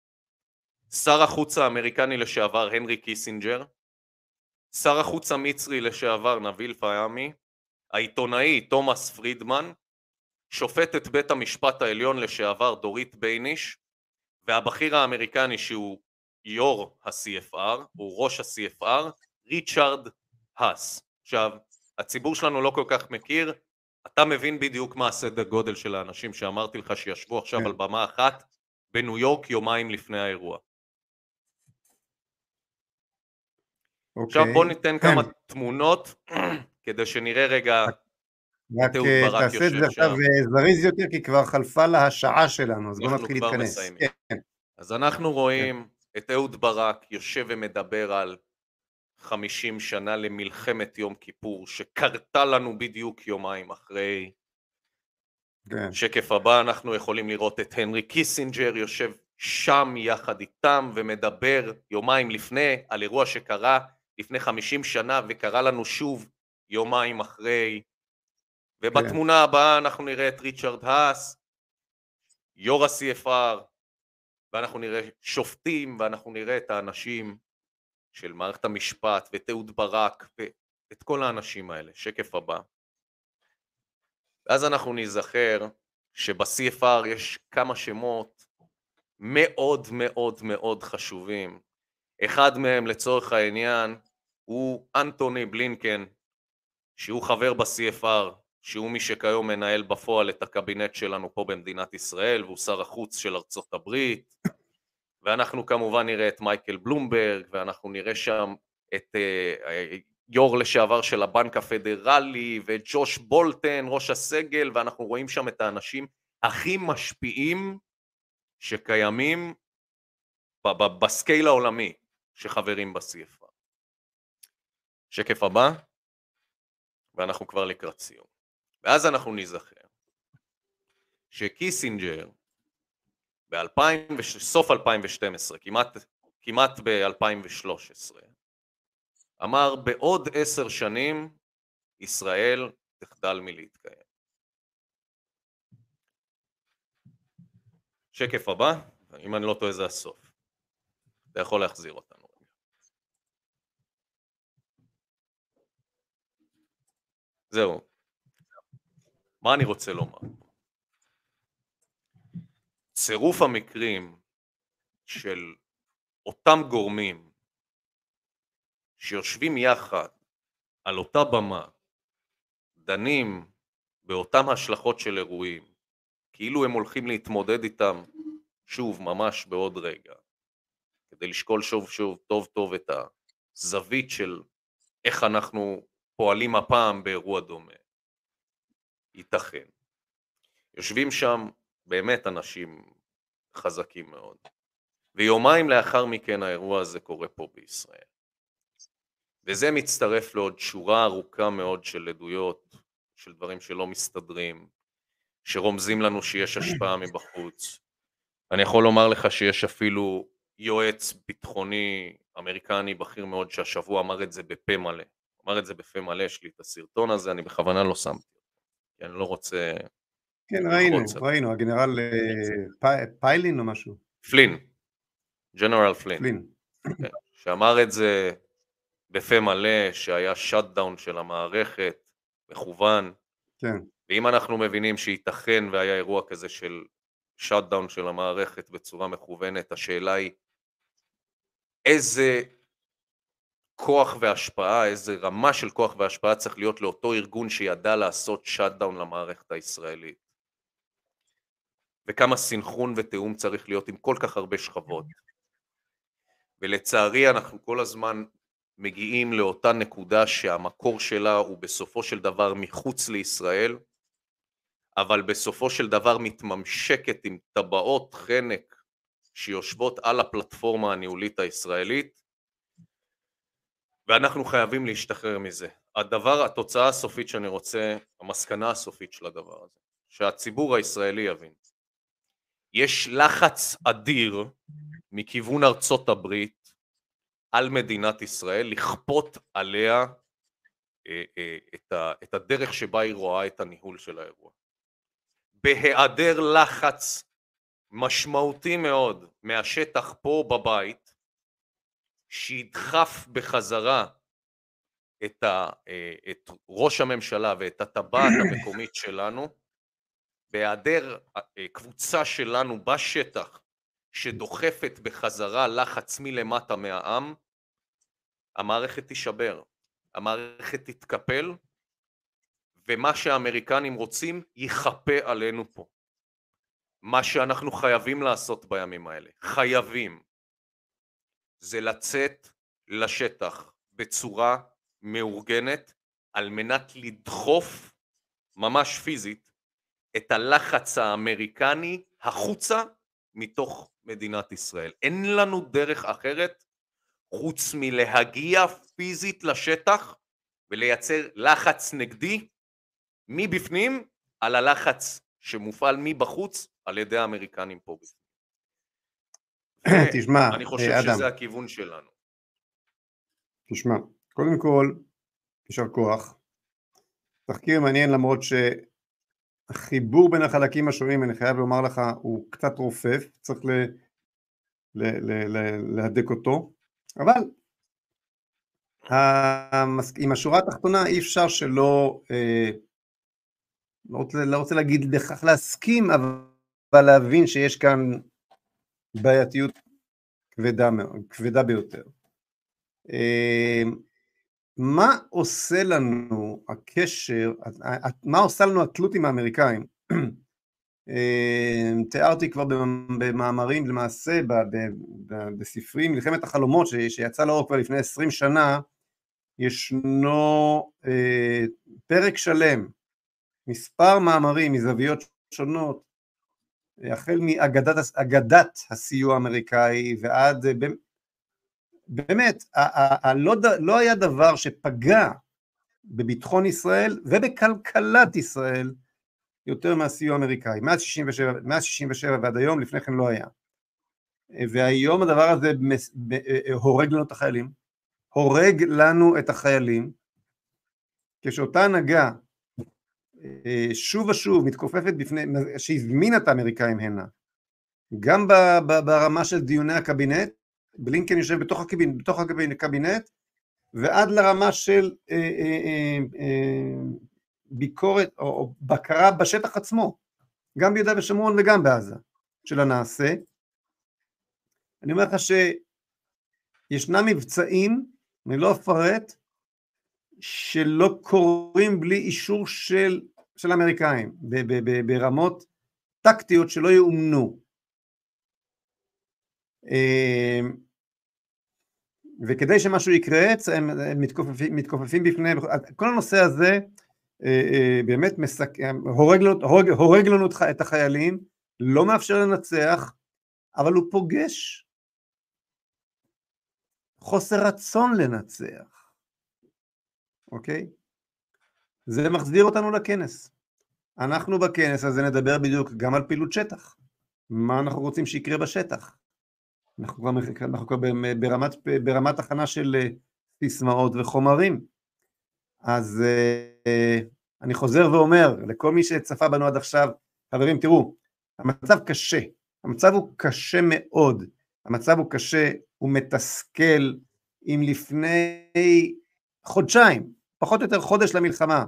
שר החוץ האמריקני לשעבר הנרי קיסינג'ר, שר החוץ המצרי לשעבר נביל פיאמי, העיתונאי תומאס פרידמן, שופטת בית המשפט העליון לשעבר דורית בייניש, והבכיר האמריקני שהוא יו"ר ה-סי אף אר, הוא ראש ה-סי אף אר, ריצ'רד האס. עכשיו, הציבור שלנו לא כל כך מכיר, אתה מבין בדיוק מה הסדר גודל של האנשים שאמרתי לך שישבו עכשיו על במה אחת בניו יורק יומיים לפני האירוע. עכשיו בוא ניתן כמה תמונות כדי שנראה רגע רק תעשה את זה עכשיו זריז יותר כי כבר חלפה לה השעה שלנו, אז בוא נתחיל להתכנס. אז אנחנו רואים את אהוד ברק יושב ומדבר על חמישים שנה למלחמת יום כיפור שקרתה לנו בדיוק יומיים אחרי. שקף הבא אנחנו יכולים לראות את הנרי קיסינג'ר יושב שם יחד איתם ומדבר יומיים לפני על אירוע שקרה לפני חמישים שנה וקרה לנו שוב יומיים אחרי. ובתמונה הבאה אנחנו נראה את ריצ'רד האס, יו"ר ה-סי אף אר, ואנחנו נראה שופטים ואנחנו נראה את האנשים של מערכת המשפט ואת אהוד ברק ואת כל האנשים האלה. שקף הבא. ואז אנחנו נזכר שב-סי אף אר יש כמה שמות מאוד מאוד מאוד חשובים. אחד מהם לצורך העניין הוא אנטוני בלינקן, שהוא חבר ב-סי אף אר, שהוא מי שכיום מנהל בפועל את הקבינט שלנו פה במדינת ישראל, והוא שר החוץ של ארצות הברית, ואנחנו כמובן נראה את מייקל בלומברג, ואנחנו נראה שם את uh, יו"ר לשעבר של הבנק הפדרלי, ואת ג'וש בולטן, ראש הסגל, ואנחנו רואים שם את האנשים הכי משפיעים שקיימים בסקייל העולמי שחברים ב-סי אף אר. שקף הבא, ואנחנו כבר לקראת סיום. ואז אנחנו נזכר שקיסינג'ר בסוף אלפיים ושתים עשרה, כמעט, כמעט ב-אלפיים ושלוש עשרה, אמר בעוד עשר שנים ישראל תחדל מלהתקיים. שקף הבא, אם אני לא טועה זה הסוף. אתה יכול להחזיר אותנו. זהו. מה אני רוצה לומר? צירוף המקרים של אותם גורמים שיושבים יחד על אותה במה, דנים באותם השלכות של אירועים, כאילו הם הולכים להתמודד איתם שוב ממש בעוד רגע, כדי לשקול שוב שוב טוב טוב את הזווית של איך אנחנו פועלים הפעם באירוע דומה. ייתכן. יושבים שם באמת אנשים חזקים מאוד. ויומיים לאחר מכן האירוע הזה קורה פה בישראל. וזה מצטרף לעוד שורה ארוכה מאוד של עדויות של דברים שלא מסתדרים, שרומזים לנו שיש השפעה מבחוץ. אני יכול לומר לך שיש אפילו יועץ ביטחוני אמריקני בכיר מאוד שהשבוע אמר את זה בפה מלא. אמר את זה בפה מלא, יש לי את הסרטון הזה, אני בכוונה לא שמתי. כי אני לא רוצה... כן, ראינו, ראינו, הגנרל פיילין או משהו. פלין, ג'נרל פלין. פלין. שאמר את זה בפה מלא, שהיה שאט-דאון של המערכת, מכוון. כן. ואם אנחנו מבינים שייתכן והיה אירוע כזה של שאט-דאון של המערכת בצורה מכוונת, השאלה היא איזה כוח והשפעה, איזה רמה של כוח והשפעה צריך להיות לאותו ארגון שידע לעשות שאט-דאון למערכת הישראלית. וכמה סינכרון ותאום צריך להיות עם כל כך הרבה שכבות. ולצערי אנחנו כל הזמן מגיעים לאותה נקודה שהמקור שלה הוא בסופו של דבר מחוץ לישראל, אבל בסופו של דבר מתממשקת עם טבעות חנק שיושבות על הפלטפורמה הניהולית הישראלית, ואנחנו חייבים להשתחרר מזה. הדבר, התוצאה הסופית שאני רוצה, המסקנה הסופית של הדבר הזה, שהציבור הישראלי יבין. יש לחץ אדיר מכיוון ארצות הברית על מדינת ישראל לכפות עליה את, ה, את הדרך שבה היא רואה את הניהול של האירוע. בהיעדר לחץ משמעותי מאוד מהשטח פה בבית, שידחף בחזרה את, ה, את ראש הממשלה ואת הטבעת המקומית שלנו, בהיעדר קבוצה שלנו בשטח שדוחפת בחזרה לחץ מלמטה מהעם, המערכת תישבר, המערכת תתקפל, ומה שהאמריקנים רוצים ייחפה עלינו פה. מה שאנחנו חייבים לעשות בימים האלה, חייבים, זה לצאת לשטח בצורה מאורגנת, על מנת לדחוף ממש פיזית את הלחץ האמריקני החוצה מתוך מדינת ישראל. אין לנו דרך אחרת חוץ מלהגיע פיזית לשטח ולייצר לחץ נגדי מבפנים על הלחץ שמופעל מבחוץ על ידי האמריקנים פה. תשמע, אני חושב אדם, שזה הכיוון שלנו. תשמע, קודם כל, יישר כוח. תחקיר מעניין למרות שהחיבור בין החלקים השונים, אני חייב לומר לך, הוא קצת רופף, צריך ל... ל... ל... ל... להדק אותו, אבל המס... עם השורה התחתונה אי אפשר שלא, אה... לא, רוצה, לא רוצה להגיד בכך להסכים, אבל להבין שיש כאן בעייתיות כבדה, כבדה ביותר. מה עושה לנו הקשר, מה עושה לנו התלות עם האמריקאים? תיארתי כבר במאמרים למעשה, בספרים, מלחמת החלומות שיצא לאור כבר לפני עשרים שנה, ישנו פרק שלם, מספר מאמרים מזוויות שונות, החל מאגדת אגדת הסיוע האמריקאי ועד באמת לא, לא היה דבר שפגע בביטחון ישראל ובכלכלת ישראל יותר מהסיוע האמריקאי, מאז שישים ושבע ועד היום, לפני כן לא היה. והיום הדבר הזה הורג לנו את החיילים, הורג לנו את החיילים, כשאותה הנהגה שוב ושוב מתכופפת בפני, שהזמינה את האמריקאים הנה, גם ברמה של דיוני הקבינט, בלינקן יושב בתוך הקבינט, בתוך הקבינט, ועד לרמה של אה, אה, אה, אה, ביקורת או, או בקרה בשטח עצמו, גם ביהודה ושומרון וגם בעזה, של הנעשה. אני אומר לך שישנם מבצעים, אני לא אפרט, שלא קורים בלי אישור של, של האמריקאים, ב, ב, ב, ברמות טקטיות שלא יאומנו. וכדי שמשהו יקרה, הם, הם מתכופפים, מתכופפים בפני, כל הנושא הזה באמת מסק, הורג, הורג, הורג לנו את החיילים, לא מאפשר לנצח, אבל הוא פוגש חוסר רצון לנצח. אוקיי? זה מחזיר אותנו לכנס. אנחנו בכנס הזה נדבר בדיוק גם על פעילות שטח. מה אנחנו רוצים שיקרה בשטח? אנחנו כבר, אנחנו כבר ברמת, ברמת הכנה של סיסמאות וחומרים. אז אני חוזר ואומר, לכל מי שצפה בנו עד עכשיו, חברים, תראו, המצב קשה, המצב הוא קשה מאוד, המצב הוא קשה, הוא מתסכל, אם לפני חודשיים, פחות או יותר חודש למלחמה,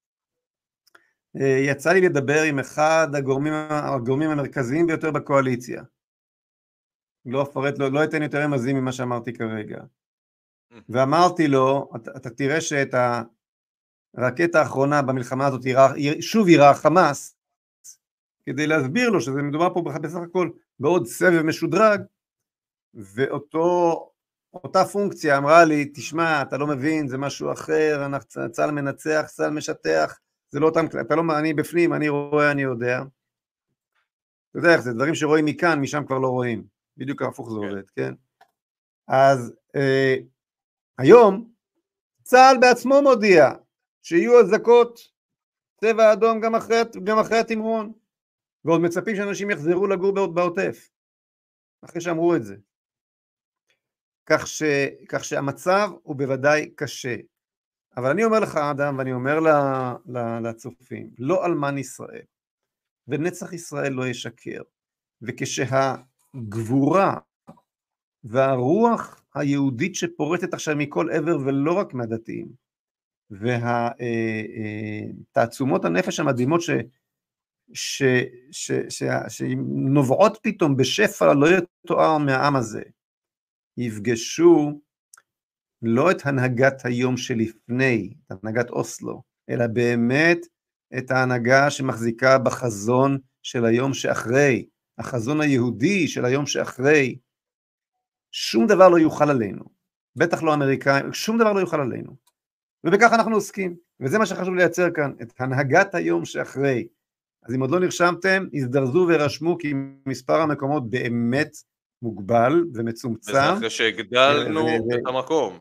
יצא לי לדבר עם אחד הגורמים, הגורמים המרכזיים ביותר בקואליציה, לא אפרט, לא, לא אתן יותר רמזים ממה שאמרתי כרגע, ואמרתי לו, אתה, אתה תראה שאת הרקטה האחרונה במלחמה הזאת, שוב יראה חמאס, כדי להסביר לו שזה מדובר פה בסך הכל בעוד סבב משודרג, ואותו, אותה פונקציה אמרה לי, תשמע, אתה לא מבין, זה משהו אחר, צה"ל מנצח, צה"ל משטח, זה לא אותם, אתה לא, אני בפנים, אני רואה, אני יודע. אתה יודע איך זה, דברים שרואים מכאן, משם כבר לא רואים, בדיוק ההפוך זה עובד, כן? אז אה, היום, צה"ל בעצמו מודיע, שיהיו אזעקות צבע אדום גם אחרי, גם אחרי התמרון, ועוד מצפים שאנשים יחזרו לגור בעוטף, אחרי שאמרו את זה. כך, ש, כך שהמצב הוא בוודאי קשה. אבל אני אומר לך, אדם, ואני אומר לצופים, לא אלמן ישראל, ונצח ישראל לא ישקר, וכשהגבורה והרוח היהודית שפורטת עכשיו מכל עבר ולא רק מהדתיים, והתעצומות הנפש המדהימות ש, ש, ש, ש, שנובעות פתאום בשפע לא יתואר מהעם הזה, יפגשו לא את הנהגת היום שלפני, את הנהגת אוסלו, אלא באמת את ההנהגה שמחזיקה בחזון של היום שאחרי, החזון היהודי של היום שאחרי. שום דבר לא יוכל עלינו, בטח לא אמריקאים, שום דבר לא יוכל עלינו, ובכך אנחנו עוסקים, וזה מה שחשוב לייצר כאן, את הנהגת היום שאחרי. אז אם עוד לא נרשמתם, הזדרזו ורשמו, כי מספר המקומות באמת מוגבל ומצומצם. וזה אחרי שהגדלנו את המקום.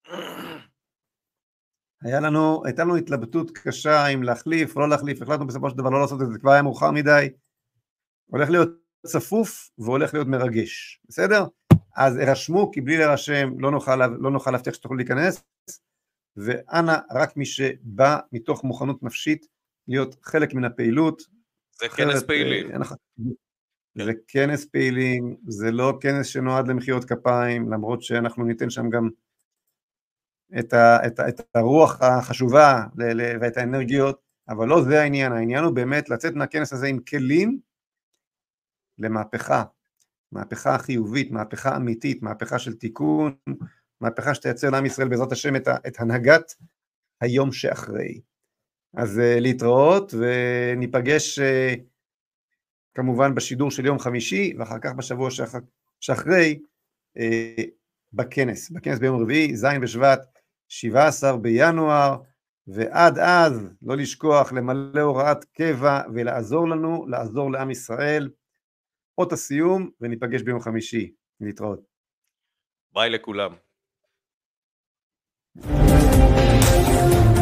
היה לנו, הייתה לנו התלבטות קשה אם להחליף או לא להחליף, החלטנו בסופו של דבר לא לעשות את זה, כבר היה מאוחר מדי, הולך להיות צפוף והולך להיות מרגש, בסדר? אז הרשמו, כי בלי לרשם לא נוכל, לא נוכל להבטיח שתוכלו להיכנס, ואנא, רק מי שבא מתוך מוכנות נפשית להיות חלק מן הפעילות. זה כנס פעילים. זה כנס פעילים, זה לא כנס שנועד למחיאות כפיים, למרות שאנחנו ניתן שם גם את, ה, את, ה, את הרוח החשובה ואת האנרגיות, אבל לא זה העניין, העניין הוא באמת לצאת מהכנס הזה עם כלים למהפכה, מהפכה חיובית, מהפכה אמיתית, מהפכה של תיקון, מהפכה שתייצר לעם ישראל בעזרת השם את, את הנהגת היום שאחרי. אז uh, להתראות וניפגש uh, כמובן בשידור של יום חמישי, ואחר כך בשבוע שאח... שאחרי uh, בכנס, בכנס ביום רביעי, זין בשבט, שבעה עשר בינואר, ועד אז לא לשכוח למלא הוראת קבע ולעזור לנו, לעזור לעם ישראל. אות הסיום, וניפגש ביום חמישי. להתראות. ביי לכולם. Thank you.